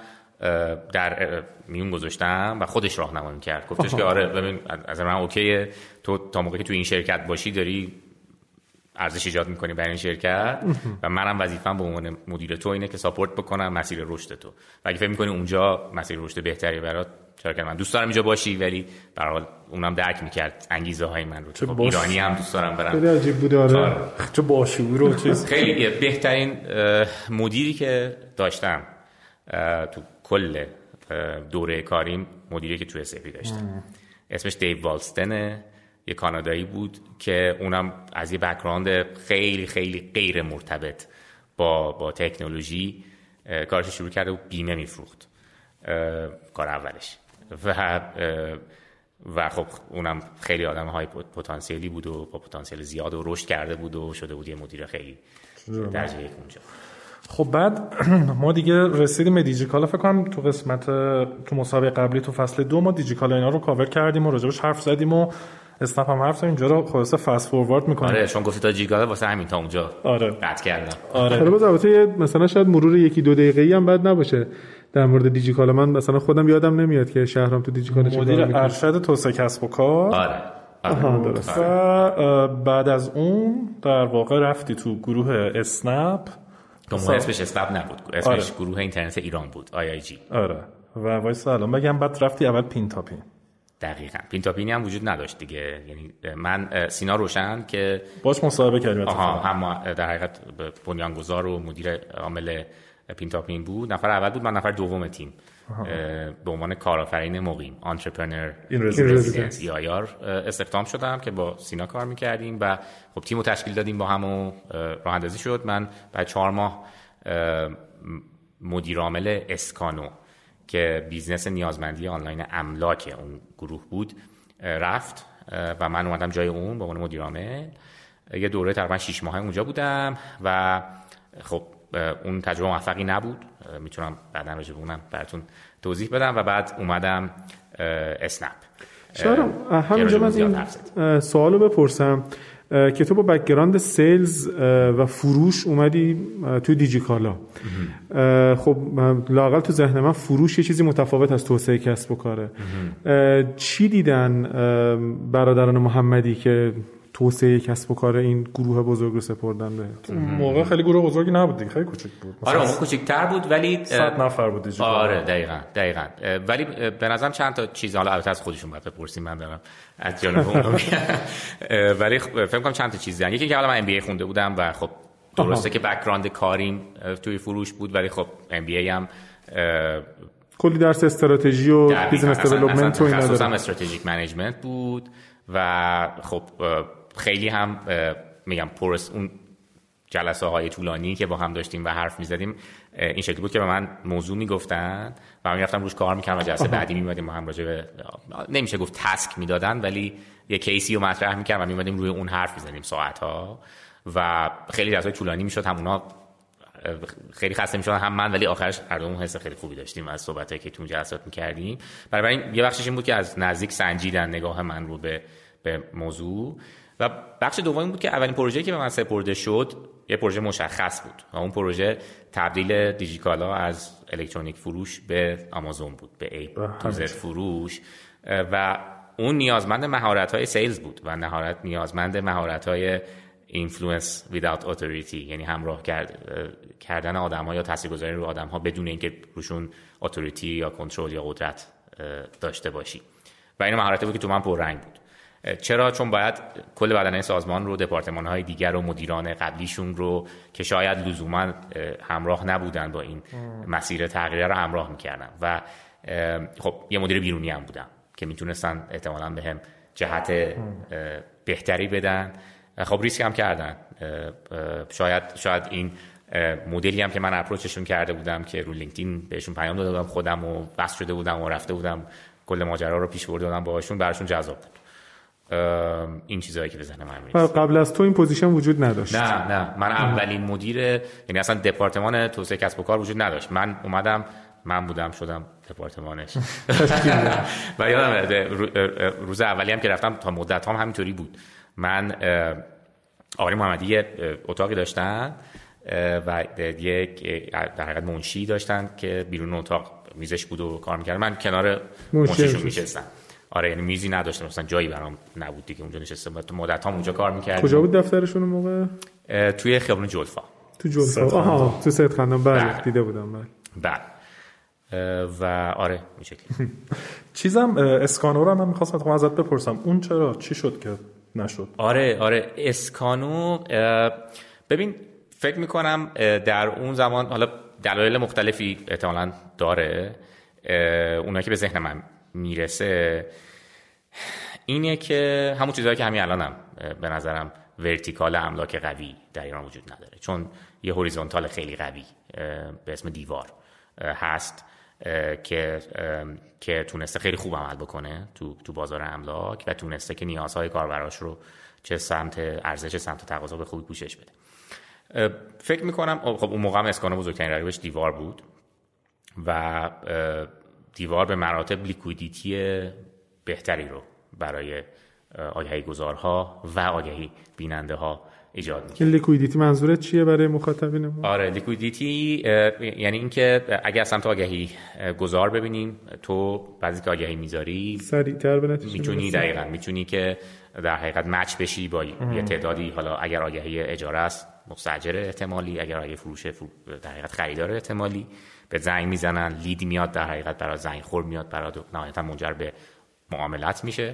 در میون گذاشتم و خودش راهنمایی می‌کرد. گفتش که آره ببین از من اوکیه، تو تا موقعی که تو این شرکت باشی داری ارزش ایجاد می‌کنی برای این شرکت و منم وظیفه‌ام به عنوان مدیر تو اینه که ساپورت بکنم مسیر رشد تو. و اگه فکر می‌کنی اونجا مسیر رشد بهتری برات، چرا که من دوست دارم اینجا باشی، ولی به هر حال اونم درک می‌کرد انگیزه‌های من رو. خب ایرانی هم دوست دارم برم. خیلی عجیب بود. آره چه باشعور و چیز. خیلی بهترین مدیری که داشتم تو کل دوره کاریم مدیری که تو اس ای پی داشتم. اسمش دیو والستنه، یه کانادایی بود که اونم از یه بک‌گراند خیلی خیلی غیر مرتبط با با تکنولوژی کارش شروع کرده و بیمه میفروخت کار اولش و و خب اونم خیلی آدم های پتانسیلی بود و با پتانسیل زیاد و رشد کرده بود و شده بود یه مدیر خیلی درجه یک اونجا. خب بعد ما دیگه رسیدیم به دیجیکالا. فکر کنم تو قسمت تو مسابقه قبلی تو فصل دو ما دیجیکالا اینا رو کاور کردیم و راجبش حرف زدیم و اسنپ هم حرف زدیم. اینجا رو خلاصه فست فوروارد می‌کنیم. آره چون گفتی تا دیجیکالا واسه همین تا اونجا آره قطع کردم. آره حالا باز البته مثلا شاید مرور یکی دو دقیقه‌ای هم بد نباشه در مورد دیجیکالا. من مثلا خودم یادم نمیاد که شهرام تو دیجیکالا چه کار مدیر ارشد توسعه کسب و کار. آره آها درست. و بعد از اون در واقع رفتی تو گروه اسنپ. که اسمش اسنپ نبود، اسمش آره. گروه اینترنت ایران بود، آی آی جی. آره و وایسا الان بگم بعد رفتی اول پینتاپین. دقیقاً پینتاپینی هم وجود نداشت دیگه. یعنی من سینا روشن که باش مصاحبه کردیم آها هم در حقیقت بنیانگذار و مدیر عامل پینتاپین بود، نفر اول بود، من نفر دوم تیم به عنوان کارآفرین مقیم انترپرنور این رزیدنس ای آی آر استخدام شدم که با سینا کار می‌کردیم و خب تیمو تشکیل دادیم با هم و راه اندازی شد. من بعد چهار ماه مدیر عامل اسکانو که بیزنس نیازمندی آنلاین املاک اون گروه بود رفت و من اومدم جای اون به عنوان مدیر عامل. یه دوره تقریبا شش ماهه اونجا بودم و خب اون تجربه موفقی نبود. میتونم بعدا راجع به اونم براتون توضیح بدم. و بعد اومدم اسنپ. شارم همینجا من این سوالو بپرسم که تو با بک‌گراند سیلز و فروش اومدی توی دیجیکالا. خب لااقل تو ذهن من فروش یه چیزی متفاوت از توسعه کسب و کاره. چی دیدن برادران محمدی که توسعه کسب و کار این گروه بزرگ رو سپردن به؟ موقع خیلی گروه بزرگی نبود دیگه، خیلی کوچیک بود. آره اون کوچیک‌تر بود ولی صد نفر بود دیگه. آره دقیقاً دقیقاً. ولی به نظرم چند تا چیز حالا البته از خودشون باید بپرسیم، من دارم از جانب اون ولی فکر کنم چند تا چیز دیدن. یکی که حالا من ام بی ای خونده بودم و خب درسته که بک‌گراند کاریم توی فروش بود ولی خب ام بی ای هم کلی درس استراتژی و بیزنس دیولپمنت و اینا داشت. خصوصا استراتژیک منیجمنت بود و خب خیلی هم میگم پرس اون جلسه های طولانی که با هم داشتیم و حرف میزدیم این شکلی بود که به من موضوع میگفتن و من میرفتم روش کار میکردم و جلسه بعدی میمدیم با هم راجع به نمیشه گفت تسک میدادن ولی یه کیسی رو مطرح میکردم و میمدیم روی اون حرف میزدیم ساعت ها و خیلی جلسه طولانی میشد. هم اونا خیلی خسته میشدن هم من، ولی آخرش هر دومون حس خیلی خوبی داشتیم از صحبتایی که تو جلسات میکردیم. برای این یه بخشش این بود که از نزدیک سنجیدن نگاه من رو به به موضوع و بخش دومی بود که اولین پروژه‌ای که به من سپرده شد یه پروژه مشخص بود و اون پروژه تبدیل دیجیکالا از الکترونیک فروش به آمازون بود، به ای تو زد فروش. و اون نیازمند مهارت‌های سیلز بود و نهایت نیازمند مهارت‌های اینفلوئنس without authority، یعنی همراه کرد، کردن آدم‌ها یا تاثیرگذاری رو آدم‌ها بدون اینکه روشون اتوریتی یا کنترل یا قدرت داشته باشی. و این مهارتی بود که تو من پررنگ بود. چرا؟ چون باید کل بدنه سازمان رو، دپارتمان‌های دیگر و مدیران قبلیشون رو که شاید لزوما همراه نبودن با این مسیر تغییر رو همراه می‌کردم و خب یه مدیر بیرونی هم بودم که میتونستن احتمالاً بهم جهت بهتری بدن. خب ریسک هم کردن. شاید شاید این مدلی هم که من اپروچشون کرده بودم که رو لینکدین بهشون پیام داده بودم خودم و بس شده بودم و رفته بودم کل ماجرا رو پیش برده بودم باهاشون، براشون جذاب بود. این چیزایی که به ذهن من میاد. قبل از تو این پوزیشن وجود نداشت؟ نه نه من اولین مدیر، یعنی اصلا دپارتمان توسعه کسب و کار وجود نداشت. من اومدم، من بودم شدم دپارتمانش. و یادم روز اولی هم که رفتم تا مدت هم همینطوری بود. من آقای محمدی اتاقی داشتن و یک در حقیقت منشی داشتن که بیرون اتاق میزش بود و کار میکرد. من کنار منشیشون میشستم. آره یعنی میزی نداشتم، مثلا جایی برام نبود دیگه، اونجا نشستم تو مدت هم اونجا کار میکردم. کجا بود دفترشون اون موقع؟ توی خیابون جلفا. تو جلفا. آها تو سید خندان. بله دیده بودم. بله بله. و آره این شکلی. چیزم اسکانو رو من می‌خواستم ازت بپرسم، اون چرا چی شد که نشد؟ آره آره اسکانو، ببین فکر میکنم در اون زمان، حالا دلایل مختلفی احتمالاً داره، اونایی که به ذهن من میرسه اینه که همون چیزایی که همین الانم به نظرم ورتیکال املاک قوی در ایران وجود نداره، چون یه هوریزونتال خیلی قوی به اسم دیوار هست که که تونسته خیلی خوب عمل بکنه تو تو بازار املاک و تونسته که نیازهای کاربراش رو چه سمت ارزش چه سمت تقاضا به خوبی پوشش بده. فکر میکنم خب اون موقع اسکانو بزرگترین رقیبش دیوار بود و دیوار به مراتب لیکویدیتی بهتری رو برای آگهی گذارها و آگهی بیننده ها ایجاد می‌کنه. این لیکویدیتی منظورت چیه برای مخاطبین ما؟ آره لیکویدیتی یعنی اینکه اگه اصلا تو آگهی گذار ببینیم، تو بعضی که آگهی میذاری سریعتر به نتیجه میتونی دقیقاً میتونی که در حقیقت مچ بشی با ام. یه تعدادی، حالا اگر آگهی اجاره است مستاجر احتمالی، اگر آگهی فروش در حقیقت خریدار احتمالی، به زنگ میزنن، لید میاد در حقیقت برای زنگ خور میاد برای نهایتا منجر به معاملات میشه.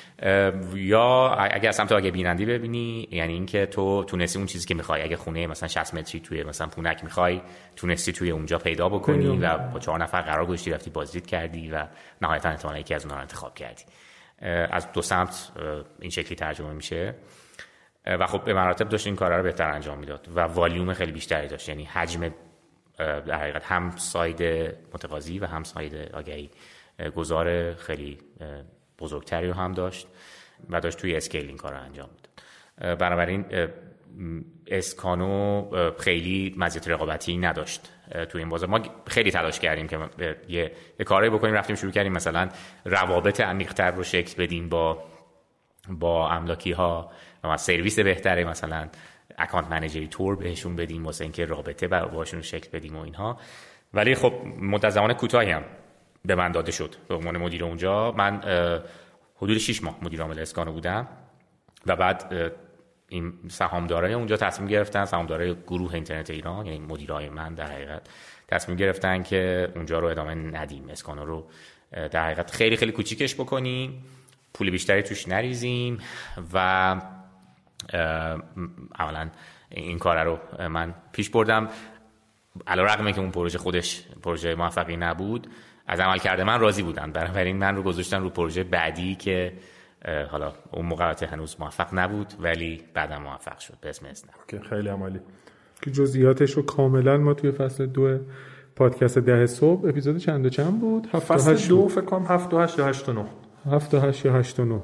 یا اگه سمت آگهی بینندی ببینی، یعنی اینکه تو تونستی اون چیزی که میخوای، اگه خونه مثلا شصت متری توی مثلا پونک میخوای، تونستی توی اونجا پیدا بکنی و با چهار نفر قرار گذاشتی، رفتی بازدید کردی و نهایتا احتمالاً یکی از اونها رو انتخاب کردی. از دو سمت این شکلی ترجمه میشه و خب به مراتب داشت این کارا رو بهتر انجام میداد و والیوم خیلی بیشتری داشت، یعنی حجم در حقیقت هم ساید متقاضی و هم ساید آگهی گذار خیلی بزرگتری رو هم داشت و داشت توی اسکیل این کار رو انجام میداد. بنابراین اسکانو خیلی مزیت رقابتی نداشت توی این بازار. ما خیلی تلاش کردیم که یه, یه کاری بکنیم، رفتیم شروع کردیم مثلا روابط عمیق‌تر رو شکل بدیم با با املاکی ها و سرویس بهتره، مثلا اکانت منیجری تور بهشون بدیم واسه اینکه رابطه باشون شکل بدیم و اینها. ولی خب مدت زمان کوتاهی هم به من داده شد به عنوان مدیر اونجا. من حدود شش ماه مدیر عامل اسکانو بودم و بعد این سهامدارای اونجا تصمیم گرفتن، سهامدارای گروه اینترنت ایران، یعنی مدیرای من در حقیقت تصمیم گرفتن که اونجا رو ادامه ندیم، اسکانو رو در حقیقت خیلی خیلی کوچیکش بکنیم، پول بیشتری توش نریزیم و عملاً این کار رو من پیش بردم. علیرغم اینکه اون پروژه خودش پروژه موفقی نبود، از عملکرد من راضی بودن، بنابراین من رو گذاشتن رو پروژه بعدی که حالا اون موقع هنوز موفق نبود ولی بعدا موفق شد به اسم اسنپ. اوکی خیلی عالی. که جزئیاتش رو کاملا ما توی فصل دو پادکست ده صبح اپیزود چند و چند بود؟ فصل دو فکر کنم هفت و هشت یا هشت و نه. هفت و هشت یا هشت و نه.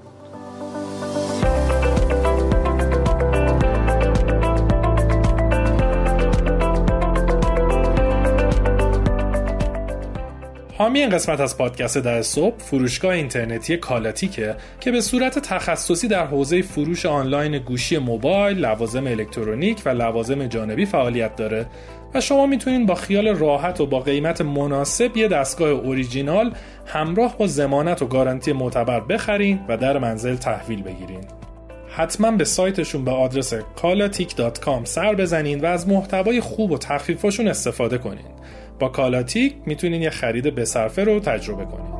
حامی این قسمت از پادکست ده صبح فروشگاه اینترنتی کالاتیکه که به صورت تخصصی در حوزه فروش آنلاین گوشی موبایل، لوازم الکترونیک و لوازم جانبی فعالیت داره و شما میتونین با خیال راحت و با قیمت مناسب یه دستگاه اوریجینال همراه با ضمانت و گارانتی معتبر بخرین و در منزل تحویل بگیرین. حتما به سایتشون به آدرس کالاتیک دات کام سر بزنین و از محتوای خوب و تخفیفاشون استفاده کنین. با کالاتیک میتونین یه خرید بصرفه رو تجربه کنین.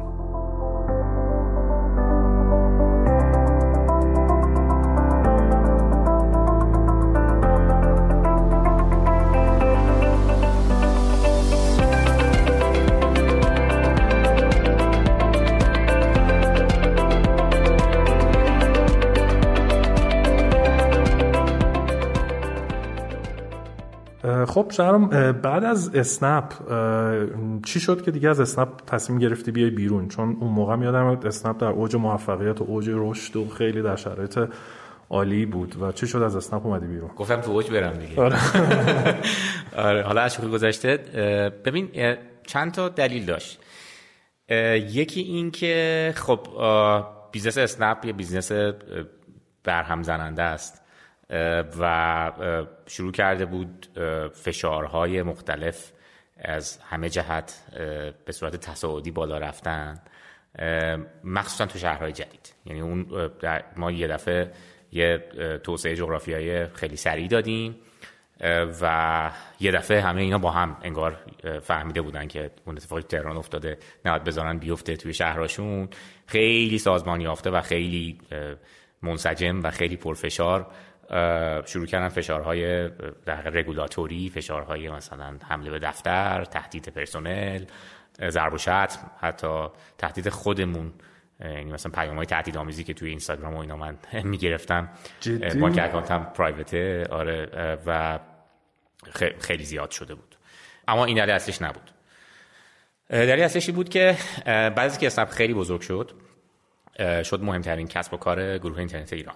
خب شهرام، بعد از اسنپ چی شد که دیگه از اسنپ تصمیم گرفتی بیای بیرون؟ چون اون موقع میادم اسنپ در اوج موفقیت و اوج رشد و خیلی در شرایط عالی بود و چی شد از اسنپ اومدی بیرون؟ گفتم تو اوج برم دیگه. آره. آره حالا از شکل گذشته ببین چند تا دلیل داشت. یکی این که خب بیزنس اسنپ یه بیزنس برهم زننده است و شروع کرده بود فشارهای مختلف از همه جهت به صورت تصاعدی بالا رفتن، مخصوصا تو شهرهای جدید. یعنی اون ما یه دفعه یه توسعه جغرافیایی خیلی سریع دادیم و یه دفعه همه اینا با هم انگار فهمیده بودن که اون اتفاقی تهران افتاده نباید بذارن بیفته توی شهرهاشون. خیلی سازمان یافته و خیلی منسجم و خیلی پرفشار شروع کردن فشارهای در رگولاتوری، فشارهای مثلا حمله به دفتر، تهدید پرسنل، ضرب و شتم، حتی تهدید خودمون. یعنی مثلا پیام‌های تهدیدآمیزی که توی اینستاگرام و اینا من میگرفتم، بانک اکانتم پرایوته. آره و خیلی زیاد شده بود. اما این دلیل اصلیش نبود. دلیل اصلیش بود که بعد از اینکه اسنپ خیلی بزرگ شد شد مهمترین کسب و کار گروه اینترنت ایران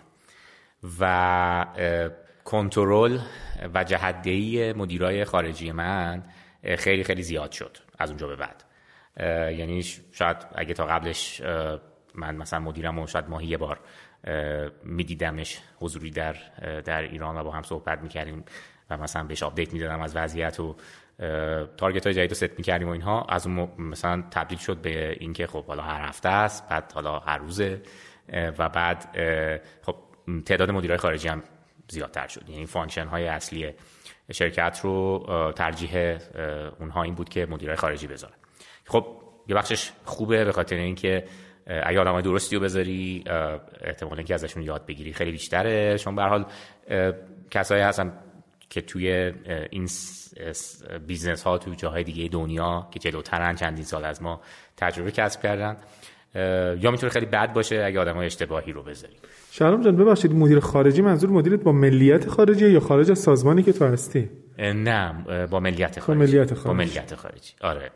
و کنترل و جهت‌دهی مدیرای خارجی من خیلی خیلی زیاد شد از اونجا به بعد. یعنی شاید اگه تا قبلش من مثلا مدیرم رو شاید ماهی یه بار میدیدمش حضوری در در ایران و با هم صحبت میکردیم و مثلا بهش آپدیت میدادم از وضعیت و تارگت های جدید رو ست میکردیم و اینها، از اون مثلا تبدیل شد به اینکه خب حالا هر هفته است، بعد حالا هر روزه و بعد خب تعداد مدیرای خارجی هم زیادتر شد. یعنی فانکشن های اصلی شرکت رو ترجیح اونها این بود که مدیرای خارجی بذارن. خب یه بخشش خوبه به خاطر اینکه اگه آدمای درستی رو بذاری احتمال اینکه ازشون یاد بگیری خیلی بیشتره. چون به هر حال کسایی هستن که توی این بیزنس ها توی جاهای دیگه دنیا که جلوترن، چندین سال از ما تجربه کسب کردن، یا میتونه خیلی بد باشه اگه آدمای اشتباهی رو بذاری. شهرام جان ببخشید، مدیر خارجی منظور مدیرت با ملیت خارجی یا خارج از سازمانی که تو هستی؟ نه با ملیت خارجی. با ملیت خارجی. با ملیت خارجی. آره.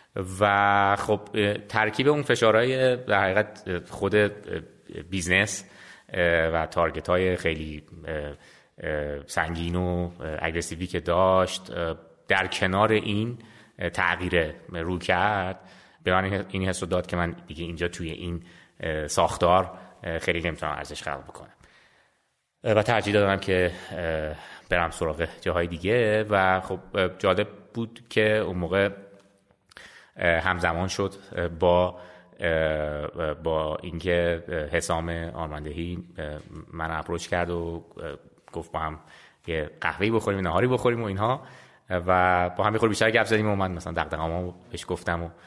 و خب ترکیب اون فشارهای در حقیقت خود بیزنس و تارگت های خیلی سنگین و اگریسیوی که داشت در کنار این تغییر رو کرد به من این حس رو داد که من دیگه اینجا توی این ساختار خیلی نمیتونم ارزش خلق بکنم و ترجیح دادم که برم سراغ جاهای دیگه. و خب جالب بود که اون موقع همزمان شد با با اینکه حسام آرماندهی من اپروچ کرد و گفت با هم یه قهوه‌ای بخوریم، نهاری بخوریم و اینها و با هم یه خورده بیشتر گپ زدیم و من مثلا دغدغه‌امو بهش گفتم و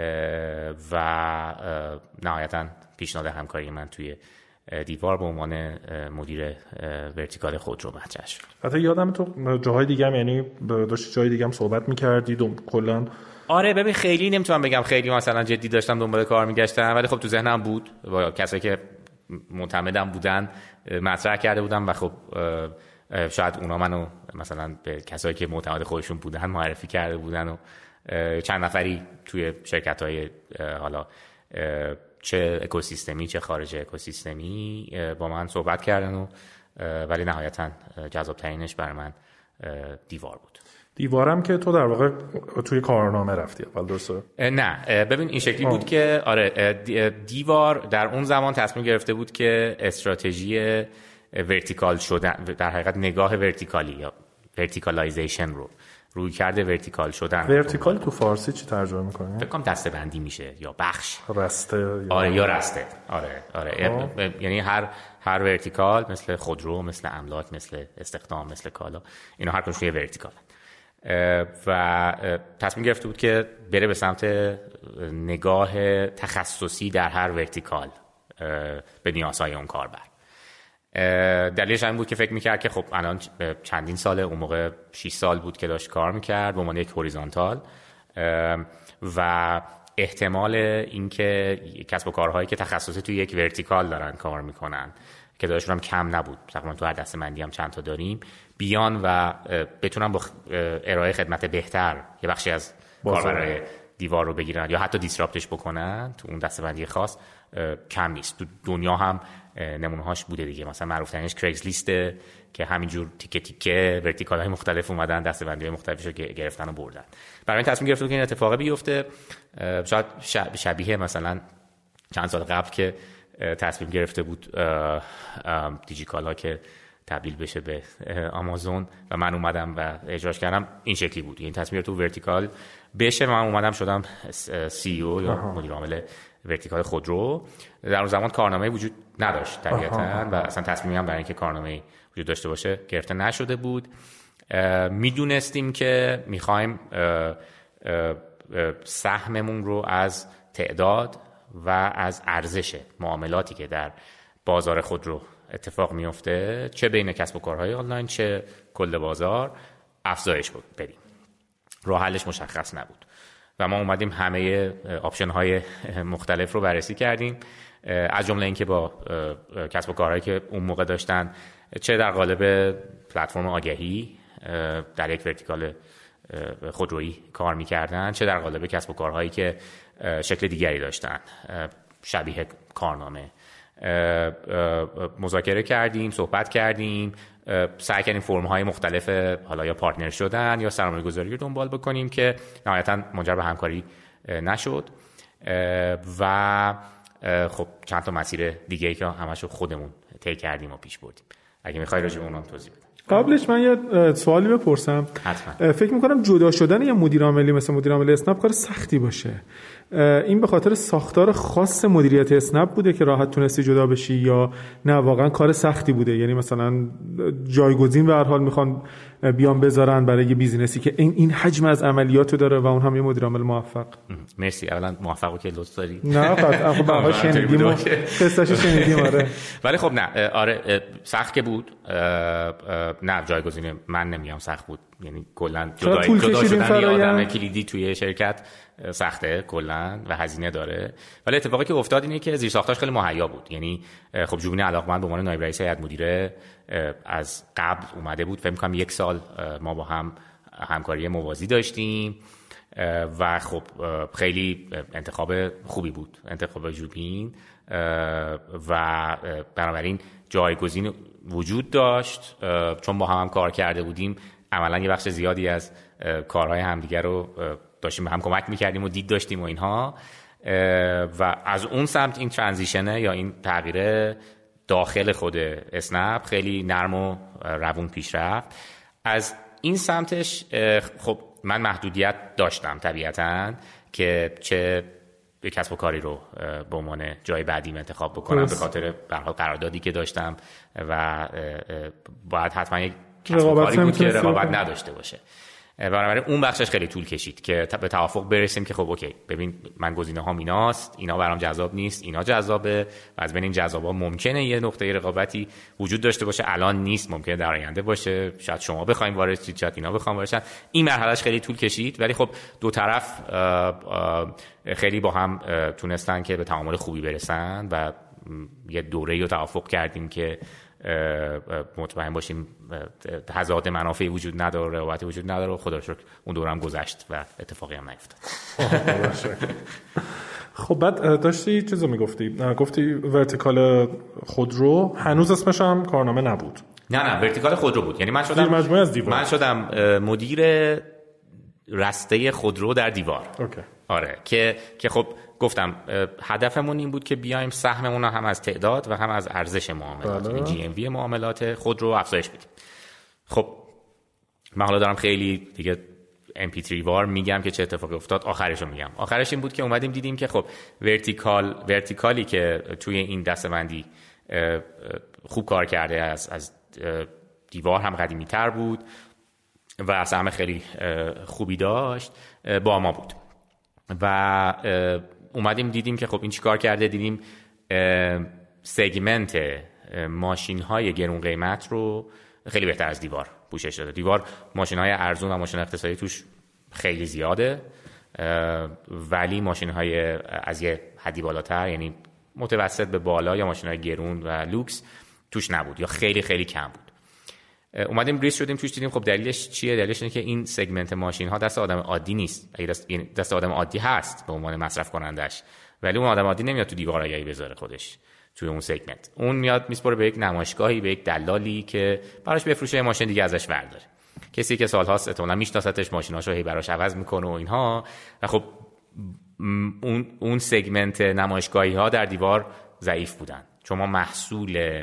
و نهایتا پیشنهاد همکاری من توی دیوار به عنوان مدیر ورتیکال خودرو مطرح شد. حتی یادم تو جاهای دیگه هم، یعنی داشتی جای دیگه هم صحبت می‌کردی کلاً؟ آره ببین خیلی نمیتونم بگم خیلی مثلا جدی داشتم دنبال کار میگشتم، ولی خب تو ذهنم بود با کسایی که معتمدم بودن مطرح کرده بودم و خب شاید اونا منو مثلا به کسایی که معتمد خودشون بودن معرفی کرده بودن و چند نفری توی شرکت‌های حالا چه اکوسیستمی چه خارج اکوسیستمی با من صحبت کردن و ولی نهایتا جذاب‌ترینش برای من دیوار بود. دیوارم که تو در واقع توی کارنامه رفتی اول، درسته؟ نه ببین این شکلی آه. بود که آره دیوار در اون زمان تصمیم گرفته بود که استراتژی ورتیکال شدن، در حقیقت نگاه ورتیکالی یا ورتیکالایزیشن رو روی کرده ورتیکال شدن. ورتیکال تو فارسی چی ترجمه می‌کنی؟ فکر کنم دسته بندی میشه یا بخش، رسته یا آره یا رسته. آره آره یعنی هر هر ورتیکال مثل خودرو، مثل املاک، مثل استخدام، مثل کالا، اینا هر کدومش یه ورتیکال و تصمیم گرفته بود که بره به سمت نگاه تخصصی در هر ورتیکال به نیازهای اون کاربر. دلیلش این بود که فکر میکرد که خب الان چندین ساله، اون موقع شش سال بود که داشت کار میکرد به عنوان یک هوریزونتال و احتمال اینکه کسب و کارهایی که تخصصی توی یک ورتیکال دارن کار میکنن که داشتون هم کم نبود، تقریبا تو هر دسته‌بندی هم چند تا داریم، بیان و بتونن با ارائه خدمت بهتر یه بخشی از کاربرای دیوار رو بگیرن یا حتی دیسراپتش بکنن تو اون دسته‌بندی خاص کم نیست. تو دنیا هم نمونه‌هاش بوده دیگه، مثلا معروف ترینش کریگز لیسته که همینجور تیکه تیکه ورتیکال‌های مختلف اومدن دسته‌بندی‌های مختلفش رو گرفتن و بردن. برای این تصمیم گرفتن که این اتفاق بیفته. شاید شبیه مثلا چند سال قبل که تصمیم گرفته بود دیجیکالا که تبدیل بشه به آمازون و من اومدم و اجراش کردم، این شکلی بود. این تصمیم تو ورتیکال بشه و من اومدم شدم سی او یا مدیر عامل ورتیکال خودرو. در اون زمان کارنامه وجود نداشت طبیعتاً و اصلا تصمیمی هم برای اینکه کارنامه وجود داشته باشه گرفته نشده بود. میدونستیم که میخوایم سهممون رو از تعداد و از ارزش معاملاتی که در بازار خودرو اتفاق میفته، چه بین کسب و کارهای آنلاین چه کل بازار، افزایش بدیم. راه حلش مشخص نبود و ما اومدیم همه آپشن های مختلف رو بررسی کردیم، از جمله اینکه با کسب و کارهایی که اون موقع داشتن چه در قالب پلتفرم آگهی در یک ورتیکال خودرویی کار میکردن، چه در قالب کسب و کارهایی که شکل دیگری داشتن شبیه کارنامه، مذاکره کردیم، صحبت کردیم، سعی کردیم فرم‌های مختلف حالا یا پارتنر شدن یا سرمایه‌گذاری رو دنبال بکنیم که نهایتاً منجر به همکاری نشد و خب چند تا مسیر دیگه‌ای که همشو خودمون طی کردیم و پیش بردیم. اگه می‌خوای راجع به اونم توضیح بدم. قبلش من یه سوالی بپرسم. حتما. فکر می‌کنم جدا شدن یه مدیر عاملی مثل مدیر عامل اسنپ کار سختی باشه. این به خاطر ساختار خاص مدیریت اسنپ بوده که راحت تونستی جدا بشی یا نه واقعا کار سختی بوده؟ یعنی مثلا جایگزین به هر حال میخوان بیان بذارن برای یه بیزینسی که این این حجم از عملیاتو داره و اون هم یه مدیر عامل موفق. مرسی. اولا موفقو که لطف داری. نه قطعا خب باهاش شنیدیم، قصه‌اش شنیدیم. آره ولی خب نه آره سخت که بود. نه جایگزین من نمیام سخت بود، یعنی کلا جدا جدا شدن یه آدم کلیدی توی شرکت سخته کلا و هزینه داره. ولی اتفاقی که افتاد اینه که زیرساختاش خیلی مهیا بود. یعنی خب جوبین علاقمند به عنوان نایب رئیس هیئت مدیره از قبل اومده بود، فکر می‌کنم یک سال ما با هم همکاری موازی داشتیم و خب خیلی انتخاب خوبی بود انتخاب جوبین و بنابراین جایگزین وجود داشت. چون با هم, هم کار کرده بودیم عملا یه بخش زیادی از کارهای همدیگه رو داشتیم به هم کمک میکردیم و دید داشتیم و اینها و از اون سمت این ترانزیشنه یا این تغییر داخل خود اسنپ خیلی نرم و روون پیش رفت. از این سمتش خب من محدودیت داشتم طبیعتاً که چه کسب و کاری رو به عنوان جای بعدیم انتخاب بکنم به خاطر به هر حال قراردادی که داشتم و باید حتما یک کسب و کاری بود که رقابت نداشته باشه. بنابراین اون بخشش خیلی طول کشید که به توافق برسیم که خب اوکی ببین من گزینه هام ایناست، اینا برام جذاب نیست، اینا جذابه و از بین این جذابا ممکنه یه نقطه رقابتی وجود داشته باشه، الان نیست، ممکنه در آینده باشه، شاید شما بخواید وارد شید، شاید اینا بخوام وارد شن. این مرحلهش خیلی طول کشید ولی خب دو طرف خیلی با هم تونستن که به تعامل خوبی برسن و یه دوره‌ای رو توافق کردیم که مطمئن باشیم تضاد منافعی وجود نداره، رقابتی وجود نداره. خدا رو شکر اون دوره هم گذشت و اتفاقی هم نیفتاد. خب بعد داشتی چیزو میگفتی، گفتی ورتیکال خودرو هنوز اسمش هم کارنامه نبود. نه نه ورتیکال خودرو بود. یعنی من شدم مجموعه از دیوار. من شدم مدیر رسته خودرو در دیوار. اوکی. آره که که خب گفتم هدفمون این بود که بیایم سهممون رو هم از تعداد و هم از ارزش معاملات، یعنی جی ام وی معاملات خودرو افزایش بدیم. خب من حالا دارم خیلی دیگه ام پی تری وار میگم که چه اتفاقی افتاد. آخرش رو میگم. آخرش این بود که اومدیم دیدیم که خب ورتیکال ورتیکالی که توی این دسته‌بندی خوب کار کرده از از دیوار هم قدیمی تر بود و اصلا همه خیلی خوبی داشت با ما بود و اومدیم دیدیم که خب این چی کار کرده. دیدیم سگمنت ماشین های گرون قیمت رو خیلی بهتر از دیوار پوشش داده. دیوار ماشین های ارزون و ماشین اقتصادی توش خیلی زیاده ولی ماشین های از یه حدی بالاتر یعنی متوسط به بالا یا ماشین های گرون و لوکس توش نبود یا خیلی خیلی کم بود. اومدیم ریس شدیم توش دیدیم خب دلیلش چیه؟ دلیلش اینه که این سگمنت ماشین ها دست آدم عادی نیست. اگه دست دست آدم عادی هست به عنوان مصرف کنندش ولی اون آدم عادی نمیاد تو دیوار آگهی بذاره خودش توی اون سگمنت. اون میاد میسپره به یک نمایشگاهی، به یک دلالی که براش بفروشه ماشین دیگه ازش برداره. کسی که سال‌هاست احتمالاً میشناستش، ماشیناشو هی براش عوض میکنه و اینها و خب اون اون سگمنت نمایشگاهی ها در دیوار ضعیف بودن چون ما محصول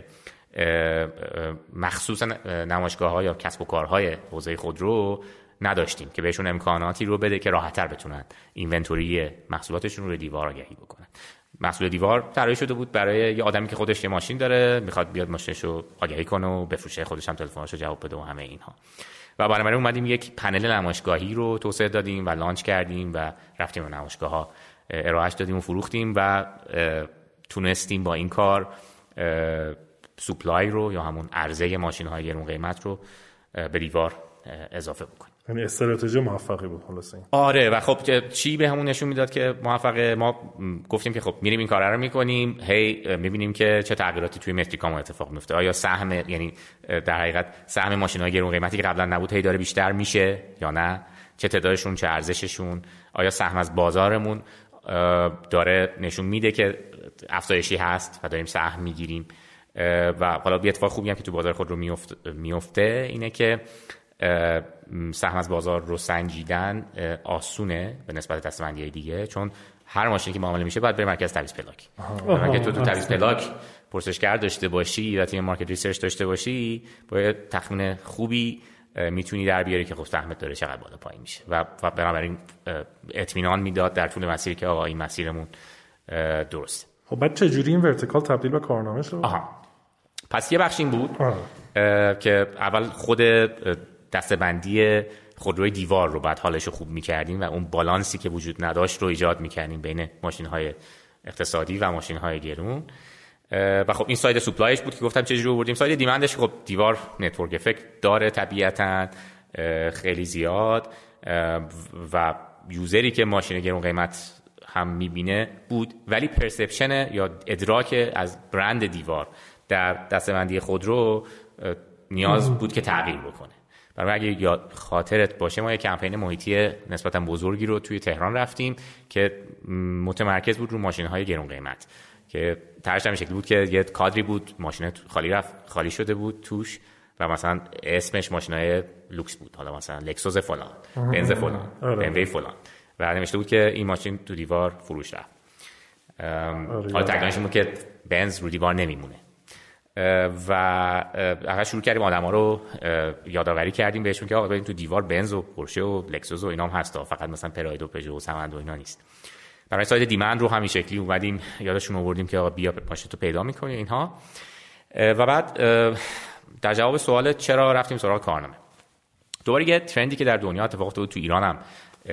مخصوص نمایشگاه‌ها یا کسب و کارهای حوزه خودرو نداشتیم که بهشون امکاناتی رو بده که راحت‌تر بتونن اینونتوری محصولاتشون رو دیوار آگهی بکنن. محصول دیوار طراحی شده بود برای یه آدمی که خودش یه ماشین داره میخواد بیاد ماشینشو آگهی کنه و بفروشه، خودش هم تلفنشو جواب بده و همه اینها. و برای من اومدیم یک پنل نمایشگاهی رو توسعه دادیم و لانچ کردیم و رفتیم به نمایشگاه‌ها ارائهش دادیم و فروختیم و تونستیم با این کار سوپلای رو یا همون عرضه ماشین‌های گرون قیمت رو به دیوار اضافه بکنیم. یعنی استراتژی موفقی بود خلاص این. آره و خب چی به همون نشون میداد که موفقه. ما گفتیم که خب میریم این کارا رو میکنیم، هی میبینیم که چه تغییراتی توی متریکام اتفاق میفته. آیا سهم یعنی در حقیقت سهم ماشین‌های گرون قیمتی که قبلا نبود هی داره بیشتر میشه یا نه؟ چه تعدادشون، چه ارزششون؟ آیا سهم از بازارمون داره نشون میده که افزایشی هست و داریم سهم میگیریم؟ و حالا یه اتفاق خوبی هم که تو بازار خود رو میفته, میفته اینه که سهم از بازار رو سنجیدن آسونه به نسبت دسته‌بندی‌های دیگه، چون هر ماشینی که معامله میشه باید بره مرکز تعویض پلاک. اگه تو تو تعویض پلاک پرسشگر داشته باشی و تیم مارکت ریسرچ داشته باشی با یه تخمین خوبی میتونی در بیاری که خب سهمت داره چقدر بالا پایین میشه و و بنابراین اطمینان میداد در طول مسیر که آقا این مسیرمون درسته. خب بعد چه جوری این ورتیکال تبدیل به کارنامه شد؟ آها پس یه بخش این بود که اول خود دسته‌بندی خودروی دیوار رو بعد حالش رو خوب می‌کردیم و اون بالانسی که وجود نداشت رو ایجاد می‌کردیم بین ماشین‌های اقتصادی و ماشین‌های گرون. و خب این ساید سوپلایش بود که گفتم چجوری آوردیم. ساید دیمندش خب دیوار نتورک افکت داره طبیعتاً خیلی زیاد و یوزری که ماشین گرون قیمت هم می‌بینه بود، ولی پرسپشن یا ادراک از برند دیوار در دسته‌بندی خودرو نیاز بود که تغییر بکنه. برای اگه یاد خاطرت باشه ما یک کمپین محیطی نسبتا بزرگی رو توی تهران رفتیم که متمرکز بود رو ماشین‌های گرون قیمت که طرحش هم شکلی بود که یه کادری بود ماشین خالی رفت خالی شده بود توش و مثلا اسمش ماشین‌های لوکس بود، حالا مثلا لکسوس فلان، بنز فلان، بی ام وی فلان و نوشته بود که این ماشین تو دیوار فروش رفت. حالا تگلاینش بود که بنز رو دیوار نمیمونه و اول شروع کردیم آدما رو یادآوری کردیم بهشون که آقا ببین تو دیوار بنز و پورشه و لکسوس و اینا هم هست، فقط مثلا پراید و پژو و سمند و اینا نیست. برای ساید دیمند رو همین شکلی اومدیم یادشون آوردیم که آقا بیا ماشین تو پیدا می‌کنی اینها. و بعد در جواب سوال چرا رفتیم سراغ کارنامه، دوباره یه ترندی که در دنیا اتفاق افتاد تو ایران هم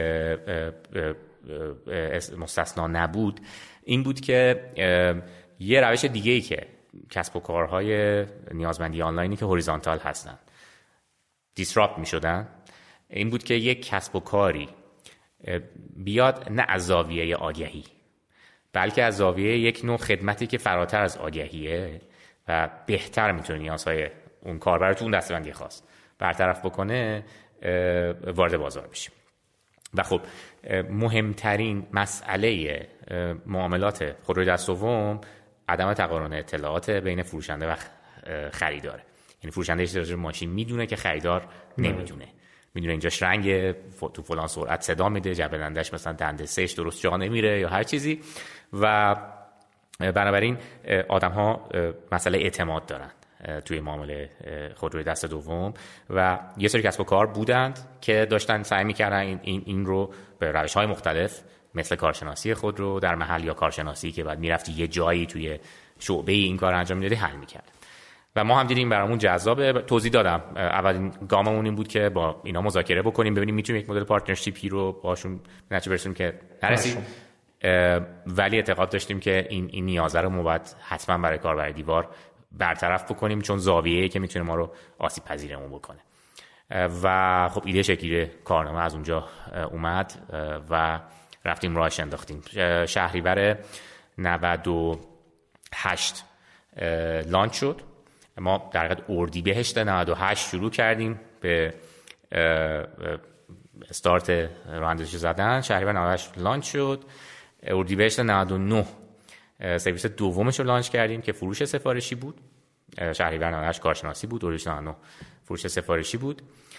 مستثنا نبود این بود که یه روش دیگه‌ای که کسب و کارهای نیازمندی آنلاینی که هوریزونتال هستن دیسراپت می شدن این بود که یک کسب و کاری بیاد نه از زاویه آگهی بلکه از زاویه یک نوع خدمتی که فراتر از آگهیه و بهتر میتونه نیازهای اون کاربر تو اون دسته‌بندی خاص برطرف بکنه وارد بازار بشه. و خب مهمترین مسئله معاملات خودروی دست دوم عدم تقارن اطلاعات بین فروشنده و خریداره. یعنی فروشنده اشتراک ماشین میدونه که خریدار نمیدونه، میدونه اینجاش رنگ تو فلان سرعت صدا میده، جبلندش مثلا دنده سهش درست جا نمیره یا هر چیزی. و بنابراین آدم ها مسئله اعتماد دارن توی معامله خودروی دست دوم و یه سری کسب و کار بودند که داشتن سعی میکردن این, این, این رو به روش های مختلف مثل کارشناسی خودرو در محل یا کارشناسی که بعد میرفتی یه جایی توی شعبه این کار انجام میدادی حل میکرد. و ما هم دیدیم برامون جذابه. توضیح دادم اولین گاممون این بود که با اینا مذاکره بکنیم ببینیم میتونیم یک مدل پارتنرشیپی رو باشون نتیجه برسونیم که نرسید، ولی اعتقاد داشتیم که این این نیازه رو ما باید حتما برای کاربر دیوار برطرف بکنیم چون زاویه‌ای که میتونه ما رو آسیب پذیرمون بکنه. و خب ایده شکلی کارنامه از اونجا اومد و رفتیم راهش انداختیم. شهریور نود و هشت لانچ شد. ما در حقیقت اردیبهشت نود و هشت شروع کردیم به استارت راه اندازی زدن. شهریور نود و هشت لانچ شد. اردیبهشت نود و نه سرویس دومش رو لانچ کردیم که فروش سفارشی بود. شهریور نود و هشت کارشناسی بود، اردیبهشت نود و نه فروش سفارشی بود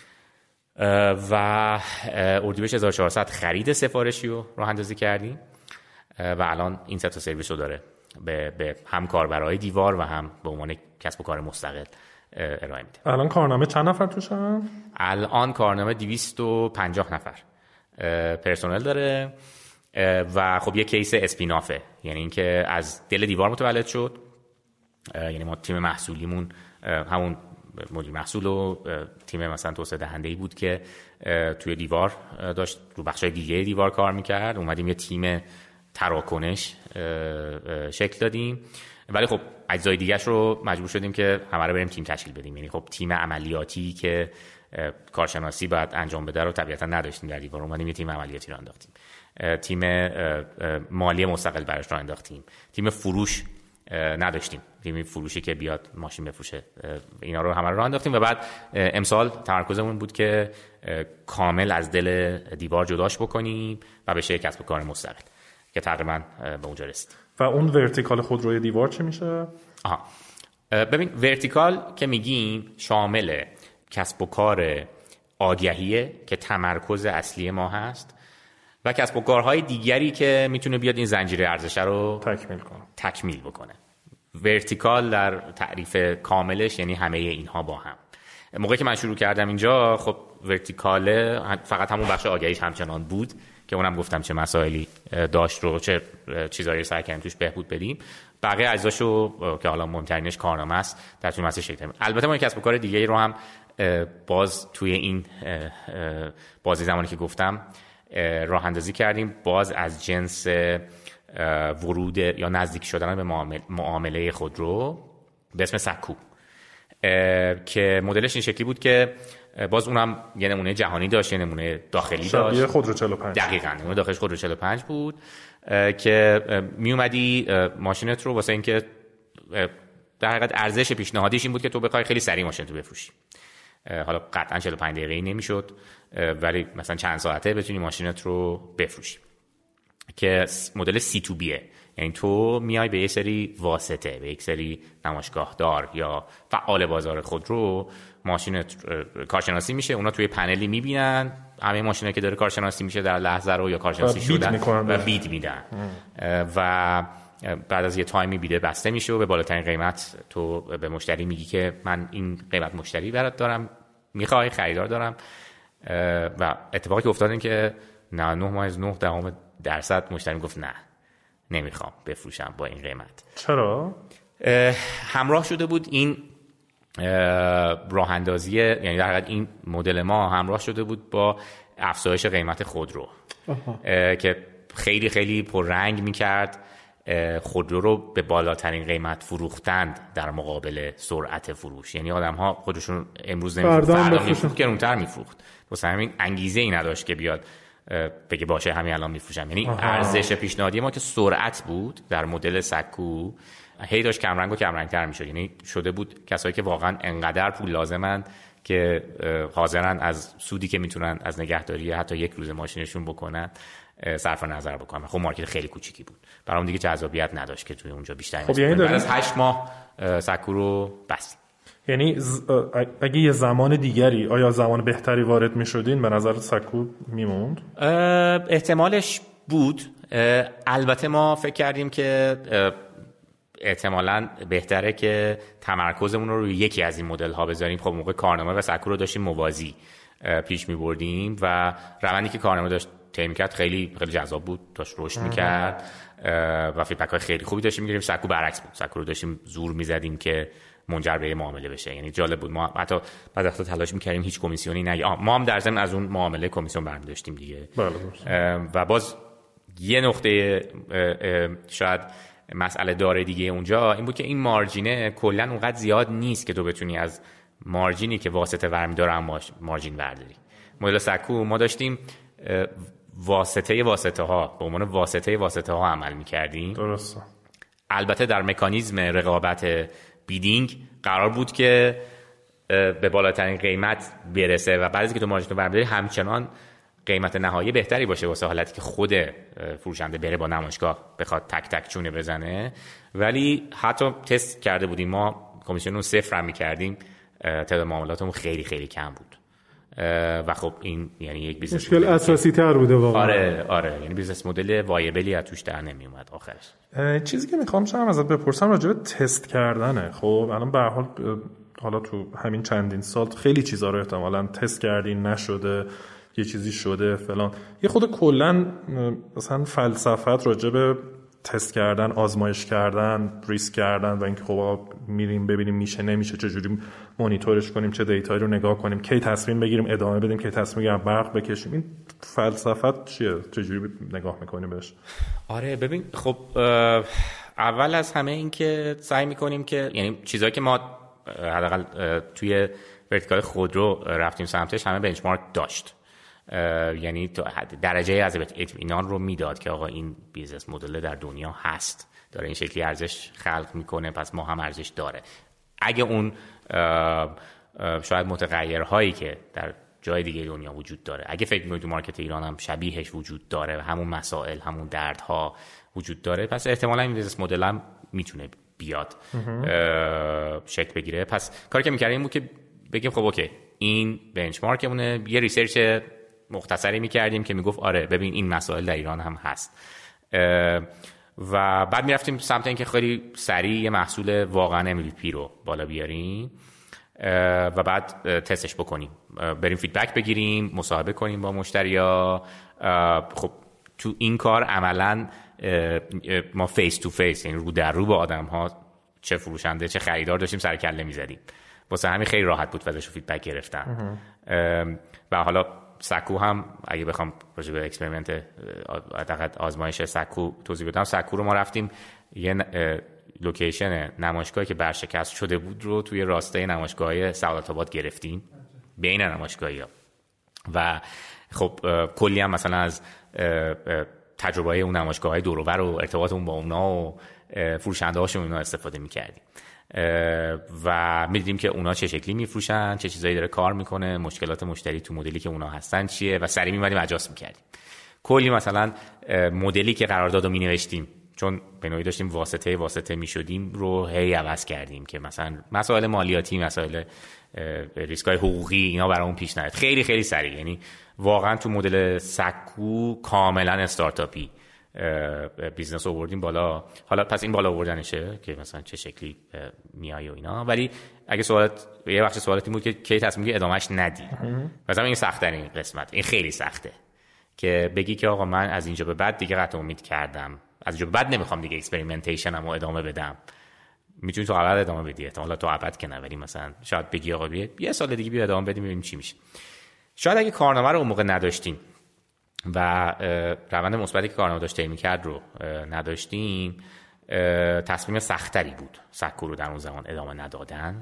و اردیبهشت هزار و چهارصد خرید سفارشی رو راه اندازی کردیم و الان این سه تا سرویس رو داره به, به هم کاربرای دیوار و هم به عنوان کسب و کار مستقل ارائه میده. الان کارنامه چند نفر توشن؟ الان کارنامه دویست و پنجاه نفر پرسنل داره و خب یه کیس اسپینافه، یعنی اینکه از دل دیوار متولد شد. یعنی ما تیم محصولیمون همون مدیر محصول و تیم مثلا توسعه دهنده‌ای بود که توی دیوار داشت رو بخشای دیگه دیوار کار میکرد. اومدیم یه تیم تراکنش شکل دادیم، ولی خب اجزای دیگه‌اش رو مجبور شدیم که همه رو بریم تیم تشکیل بدیم. یعنی خب تیم عملیاتی که کارشناسی باید انجام بده رو طبیعتا نداشتیم در دیوار، اومدیم یه تیم عملیاتی رو انداختیم. تیم مالی مستقل براش رو انداختیم. تیم فروش نداشتیم، تیم فروشی که بیاد ماشین بفروشه. اینا رو همه رو راه انداختیم و بعد امسال تمرکزمون بود که کامل از دل دیوار جداش بکنیم و بشه کسب و کار مستقل که تقریبا به اونجا رسید. و اون ورتیکال خودروی دیوار چه میشه؟ آها ببین، ورتیکال که میگیم شامل کسب و کار آگهیه که تمرکز اصلی ما هست و کسب و کارهای دیگری که میتونه بیاد این زنجیره ارزش رو تکمیل کنه تکمیل بکنه. ورتیکال در تعریف کاملش یعنی همه اینها با هم. موقعی که من شروع کردم اینجا خب ورتیکال فقط همون بخش آگهیش همچنان بود که اونم گفتم چه مسائلی داشت رو چه چیزایی سعی کردیم توش بهبود بدیم. بقیه اجزاشو که حالا مهمترینش کارنامه است در طول مسیر شکل دادیم. البته ما کسب و کار دیگه‌ای رو هم باز توی این بازی زمانی که گفتم راه اندازی کردیم، باز از جنس ورود یا نزدیک شدن به معامله خودرو به اسم سکو که مدلش این شکلی بود که باز اونم یه نمونه جهانی داشت، یه نمونه داخلی داشت. شبیه خودرو چهل و پنج. دقیقاً نمونه داخلش خودرو چهل و پنج بود که می اومدی ماشینت رو واسه اینکه در حقیقت ارزش پیشنهادیش این بود که تو بخوای خیلی سریع ماشین تو بفروشی. حالا قطعاً چهل و پنج دقیقه‌ای نمیشد، ولی مثلا چند ساعته بتونی ماشینت رو بفروشی که مدل سی تو بیه. یعنی تو میای به یه سری واسطه، به یک سری نمایشگاه دار یا فعال بازار خودرو ماشینت کارشناسی میشه، اونا توی پنلی میبینن همه ماشینایی که داره کارشناسی میشه در لحظه رو یا کارشناسی شدن و بید میدن و بعد از یه تایمی بیده بسته میشه و به بالاترین قیمت تو به مشتری میگی که من این قیمت مشتری برات دارم، میخوای خریدار دارم. و اتفاقی که افتاد این که نه نه ممیز نه دهم درصد مشتری گفت نه نمیخوام بفروشم با این قیمت. چرا؟ همراه شده بود این راه اندازی، یعنی در حقیقت این مدل ما همراه شده بود با افزایش قیمت خودرو که خیلی خیلی پررنگ میکرد خودرو رو به بالاترین قیمت فروختند در مقابل سرعت فروش. یعنی آدم ها خودشون امروز نمیفروخت، فردا میفروخت، گرونتر میفروخت. واسه همین انگیزه ای نداشت که بیاد بگه باشه همین الان میفروشم. یعنی ارزش پیشنهادی ما که سرعت بود در مدل سکو هی داشت کمرنگ و کمرنگتر میشد. یعنی شده بود کسایی که واقعا انقدر پول لازمن که حاضرن از سودی که میتونن از نگهداری حتی یک روز ماشینشون بکنن صرف نظر بکنن. خب مارکت خیلی کوچیکی بود، برام دیگه جذابیت نداشت که توی اونجا بیشتر. خب یعنی بعد از هشت ماه سکو رو بستیم. یعنی اگه یه زمان دیگری، آیا زمان بهتری وارد می‌شدین به نظر سکو میموند؟ احتمالش بود. البته ما فکر کردیم که احتمالاً بهتره که تمرکزمون رو روی یکی از این مدل ها بذاریم. خب موقع کارنامه و سکو رو داشتیم موازی پیش می‌بردیم و روندی که کارنامه داشت طی می‌کرد خیلی خیلی جذاب بود، داشت رشد می‌کرد و فیدبک‌های خیلی خوبی داشتیم می‌گیریم. سکو برعکس بود، سکو رو داشتیم زور می‌زدیم که منجر به معامله بشه. یعنی جالب بود، ما حتی بعد وقتا تلاش می‌کردیم هیچ کمیسیونی نگی. ما هم در ضمن از اون معامله کمیسیون برمی‌داشتیم دیگه. بله. و باز یه نقطه شاید مسئله داره دیگه اونجا این بود که این مارجینه کلا اونقدر زیاد نیست که تو بتونی از مارجینی که واسطه ورمی داره هم مارجین برداری. مدل سکو ما داشتیم واسطه واسطه ها به عنوان واسطه واسطه ها عمل می‌کردیم. درسته. البته در مکانیزم رقابت بیدینگ قرار بود که به بالاترین قیمت برسه و بعد از اینکه تو مارجین رو برمی‌داری همچنان قیمت نهایی بهتری باشه واسه حالتی که خود فروشنده بره با نمایشگاه بخواد تک تک چونه بزنه. ولی حتی تست کرده بودیم ما، کمیسیون رو صفر هم می‌کردیم، تعداد معاملاتمون خیلی خیلی کم بود و خب این یعنی یک بیزنس مشکل اساسی تر بوده واقعا. آره آره یعنی بیزنس مدل وایبلی از توش در نمی اومد آخرش. چیزی که میخوام شما ازت بپرسم راجع به تست کردنه. خب الان به هر حال حالا تو همین چندین سال خیلی چیزا رو احتمالاً تست کردین، نشده، یه چیزی شده فلان. یه خود کلا مثلا فلسفت راجع به تست کردن، آزمایش کردن، ریسک کردن و اینکه خب میریم ببینیم میشه نمیشه، چجوری مانیتورش کنیم، چه دیتایی رو نگاه کنیم، کی تصمیم بگیریم ادامه بدیم، کی تصمیم بگیریم برق بکشیم، این فلسفت چیه؟ چجوری نگاه میکنیم بهش؟ آره ببین خب اول از همه این که سعی میکنیم که یعنی چیزایی که ما حداقل توی ورتیکال خودرو رفتیم سمتش همه بنچمارک داشت، یعنی درجه از اطمینان رو میداد که آقا این بیزنس مدل در دنیا هست، داره این شکلی ارزش خلق میکنه، پس ما هم ارزش داره. اگه اون شاید متغیرهایی که در جای دیگه دنیا وجود داره، اگه فکر میکنید تو مارکت ایران هم شبیهش وجود داره و همون مسائل همون دردها وجود داره، پس احتمالاً این بیزنس مدل هم میتونه بیاد شکل بگیره. پس کاری که میکردیم این بود که بگیم خب اوکی این بنچمارکمونه، یه ریسرچ مختصری میکردیم که میگفت آره ببین این مسائل در ایران هم هست و بعد میرفتیم سمت اینکه خیلی سریع یه محصول واقعا ام وی پی رو بالا بیاریم و بعد تستش بکنیم، بریم فیدبک بگیریم، مصاحبه کنیم با مشتریا. خب تو این کار عملا ما فیس تو فیس، یعنی رو در رو با آدم ها، چه فروشنده چه خریدار داشتیم سر کله میزدیم، واسه همین خیلی راحت بود ازش فیدبک گرفتن. و حالا سکو هم اگه بخوام راجع به اکسپریمنت آزمایش سکو توضیح بدم، سکو رو ما رفتیم یه لوکیشن نمایشگاهی که برشکست شده بود رو توی راسته نمایشگاه سعادت آباد گرفتیم بین نمایشگاهی‌ها و خب کلی هم مثلا از تجربه اون نمایشگاه‌های دور و بر و ارتباطمون با اونا و فروشنده هاشون اونا استفاده می‌کردیم و می‌دیدیم که اونا چه شکلی می‌فروشن، چه چیزایی داره کار می‌کنه، مشکلات مشتری تو مدلی که اونا هستن چیه و سریع می‌اومدیم اجاست می‌کردیم. کلی مثلا مدلی که قراردادو می‌نوشتیم چون به نوعی داشتیم واسطه واسطه می‌شدیم رو هی عوض کردیم که مثلا مسائل مالیاتی، مسائل ریسک‌های حقوقی اینا برامون پیش نیاد. خیلی خیلی سریع، یعنی واقعا تو مدل سکو کاملا استارتاپی بیزنس آوردیم بالا. حالا پس این بالا آوردنشه که مثلا چه شکلی میای و اینا، ولی اگه سوالت یه بخش سوالت این بود که کی تصمیم گیری ادامهش ندی، مثلا این سخت ترین قسمت، این خیلی سخته که بگی که آقا من از اینجا به بعد دیگه قطع امید کردم، از اینجا به بعد نمیخوام دیگه اکسپریمنتیشنمو ادامه بدم. میتونی تو ابد ادامه بدی، احتمالاً تو ابد که نه، ولی مثلا شاید بگی آقا بیا یه سال دیگه بیا ادامه بدیم ببینیم چی میشه. شاید اگه کارنامه رو اون موقع نداشتیم و روند مثبتی که کارنامه داشت طی می‌کرد رو نداشتیم، تصمیم سخت‌تری بود سکو رو در اون زمان ادامه ندادن.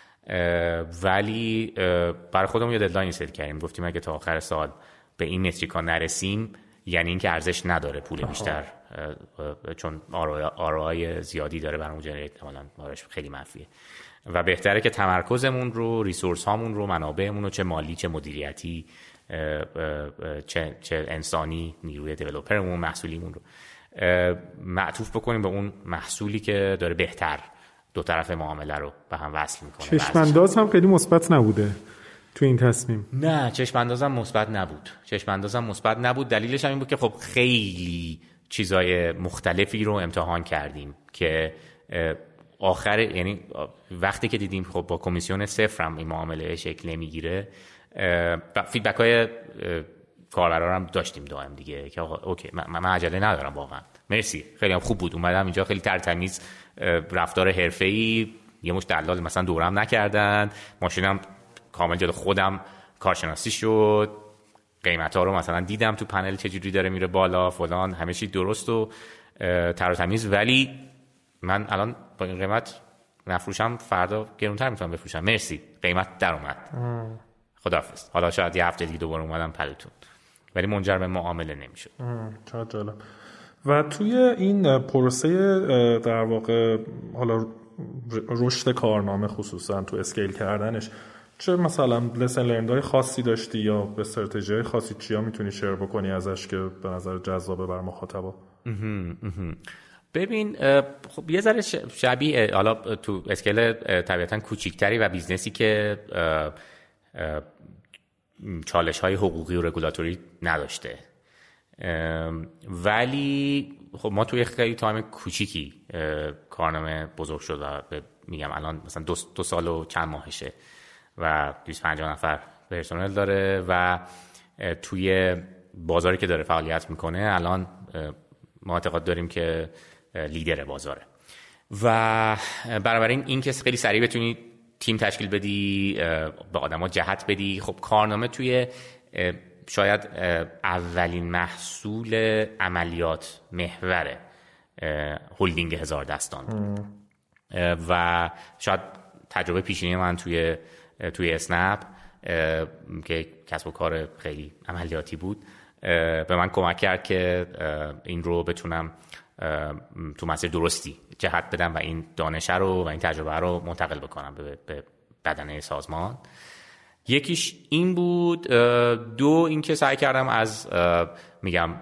ولی برای خودمون یه ددلاین ست کردیم، گفتیم اگه تا آخر سال به این متریکا نرسیم یعنی اینکه ارزش نداره پول بیشتر، چون آرای زیادی داره برامون جنریت، احتمالاً آرش خیلی منفیه و بهتره که تمرکزمون رو، ریسورس هامون رو، منابعمون رو، چه مالی چه مدیریتی چه چه انسانی، نیروی دیولپرمون، محصولیمون رو معطوف بکنیم به اون محصولی که داره بهتر دو طرف معامله رو به هم وصل میکنه. چشم انداز هم خیلی مثبت نبوده تو این تصمیم. نه چشم اندازم مثبت نبود. چشم اندازم مثبت نبود. دلیلش هم این بود که خب خیلی چیزای مختلفی رو امتحان کردیم که آخر، یعنی وقتی که دیدیم خب با کمیسیون صفر هم این معامله شکل نمیگیره، فیدبک های کاربرا هم داشتیم دائم دیگه که آقا اوکی من, من عجله ندارم واقعا، مرسی، خیلی هم خوب بود اومدم اینجا، خیلی ترتمیز، رفتار حرفه‌ای، یه مش دلال مثلا دورم نکردن، ماشینم کامل جلو خودم کارشناسی شد، قیمتا رو مثلا دیدم تو پنل چجوری داره میره بالا فلان، همه چی درست و تر و تمیز. ولی من الان با این قیمت نفروشم، فردا گرونتر میتونم بفروشم، مرسی، قیمت در اومد، خداحافظ. حالا شاید یه هفته دیگه دوباره اومدم پلتون، ولی منجر به معامله نمیشد. چقدر جالب. و توی این پروسه در واقع حالا رشد کارنامه خصوصا تو اسکیل کردنش، چه مثلا لسن لرندهای خاصی داشتی یا به استراتژی‌های خاصی چیا میتونی شیر بکنی ازش که به نظر جذابه برای مخاطبا؟ ببین خب یه ذره شبیه حالا تو اسکیل طبیعتاً کوچیکتری و بیزنسی که چالش های حقوقی و رگولاتوری نداشته، ولی خب ما توی خیلی تایم کوچیکی کارنامه بزرگ شد و میگم الان مثلا دو, دو سال و چند ماهشه و دویست و پنجاه نفر پرسنل داره و توی بازاری که داره فعالیت میکنه الان ما اعتقاد داریم که لیدر بازاره و بنابراین این که خیلی سریع بتونی تیم تشکیل بدی، به آدم‌ها جهت بدی. خب کارنامه توی شاید اولین محصول عملیات محور هولدینگ هزار دستان بود و شاید تجربه پیشینی من توی توی اسنپ که کسب و کار خیلی عملیاتی بود به من کمک کرد که این رو بتونم تو مسیر درستی جهت بدم و این دانش رو و این تجربه رو منتقل بکنم به بدنه سازمان. یکیش این بود. دو اینکه سعی کردم از میگم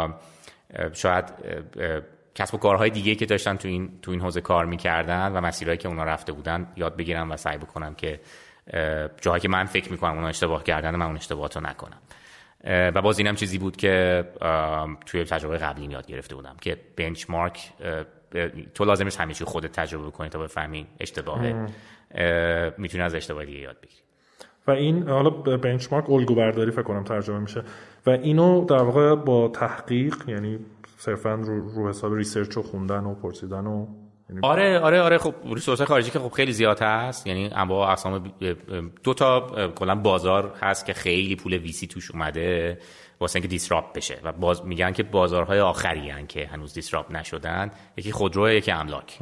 شاید کسب و کارهای دیگه که داشتن تو این تو این حوزه کار میکردن و مسیرهایی که اونا رفته بودن یاد بگیرم و سعی بکنم که جاهایی که من فکر میکنم اونا اشتباه کردن من اون اشتباهات رو نکنم. و باز اینم چیزی بود که توی تجربه قبلی یاد گرفته بودم که بنچمارک تو لازم نیست همه چی خودت تجربه کنی تا بفهمی اشتباهه، میتونی از اشتباه دیگه یاد بگیری. و این حالا بنچمارک الگو برداری فکر کنم ترجمه میشه و اینو در واقع با تحقیق، یعنی صرفا رو, رو حساب ریسرچ و خوندن و پرسیدن و یعنی آره آره آره خب ریسورس خارجی که خب خیلی زیاد هست، یعنی انواع اقسام، دو تا کلا بازار هست که خیلی پول ویسی توش اومده واسه اینکه دیسراپت بشه و باز میگن که بازارهای آخری ان که هنوز دیسراپت نشدن، یکی خودرو یکی املاک.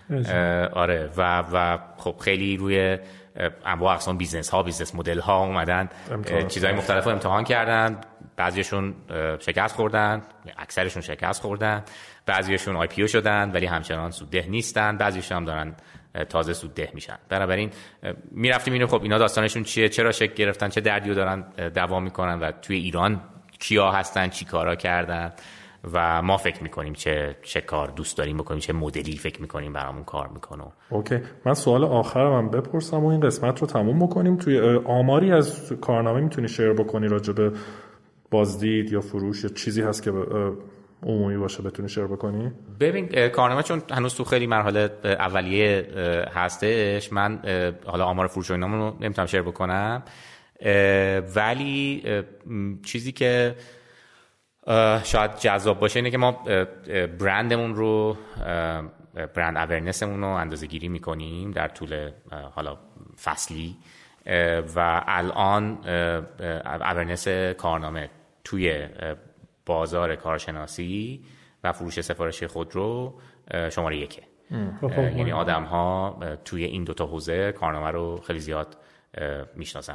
آره و و خب خیلی روی انواع اقسام بیزنس ها بیزنس مدل ها اومدن چیزهای مختلف رو امتحان کردن، بعضیشون شکست خوردن، اکثرشون شکست خوردن، بعضیشون آی پی او شدن ولی همچنان سودده نیستن، بعضیشون هم دارن تازه سودده میشن. بنابراین میرفتیم اینو خب اینا داستانشون چیه، چرا شکل گرفتن، چه دردیو دارن دوام میکنن و توی ایران کیا هستن، چی کارا کردن و ما فکر میکنیم چه چه کار دوست داریم بکنیم، چه مدلی فکر میکنیم برامون کار میکنه. اوکی، من سوال آخرم هم بپرسم و این قسمت رو تموم بکنیم. توی آماری از کارنامه میتونی شیر بکنی راجع به بازدید یا فروش یا چیزی هست که عمومی باشه بتونی شیر بکنی؟ ببین کارنامه چون هنوز تو خیلی مرحله اولیه هستش، من حالا آمار فروش و اینامون رو نمیتونم شیر بکنم، ولی چیزی که شاید جذاب باشه اینه که ما برندمون رو، برند اورنسمون رو اندازه گیری میکنیم در طول حالا فصلی و الان اورنس کارنامه توی بازار کارشناسی و فروش سفارشی خودرو شماره یکه. یعنی آدم ها توی این دوتا حوزه کارنامه رو خیلی زیاد میشناسن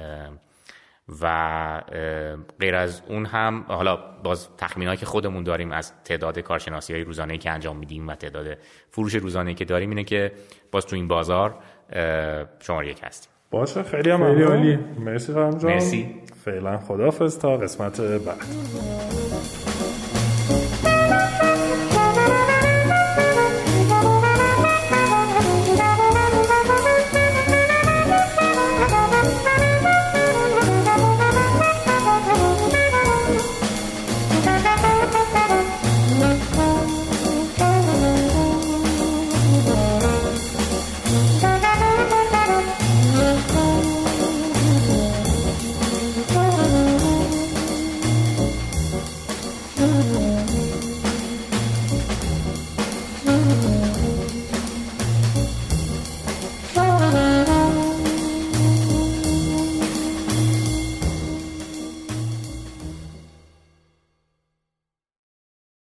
و غیر از اون هم حالا باز تخمینایی که خودمون داریم از تعداد کارشناسی های روزانه‌ای که انجام میدیم و تعداد فروش روزانه‌ای که داریم اینه که باز تو این بازار شماره یک هستیم. باشه، خیلی هم عالی. مرسی خانم جان. مرسی. فعلا خداحافظ تا قسمت بعد.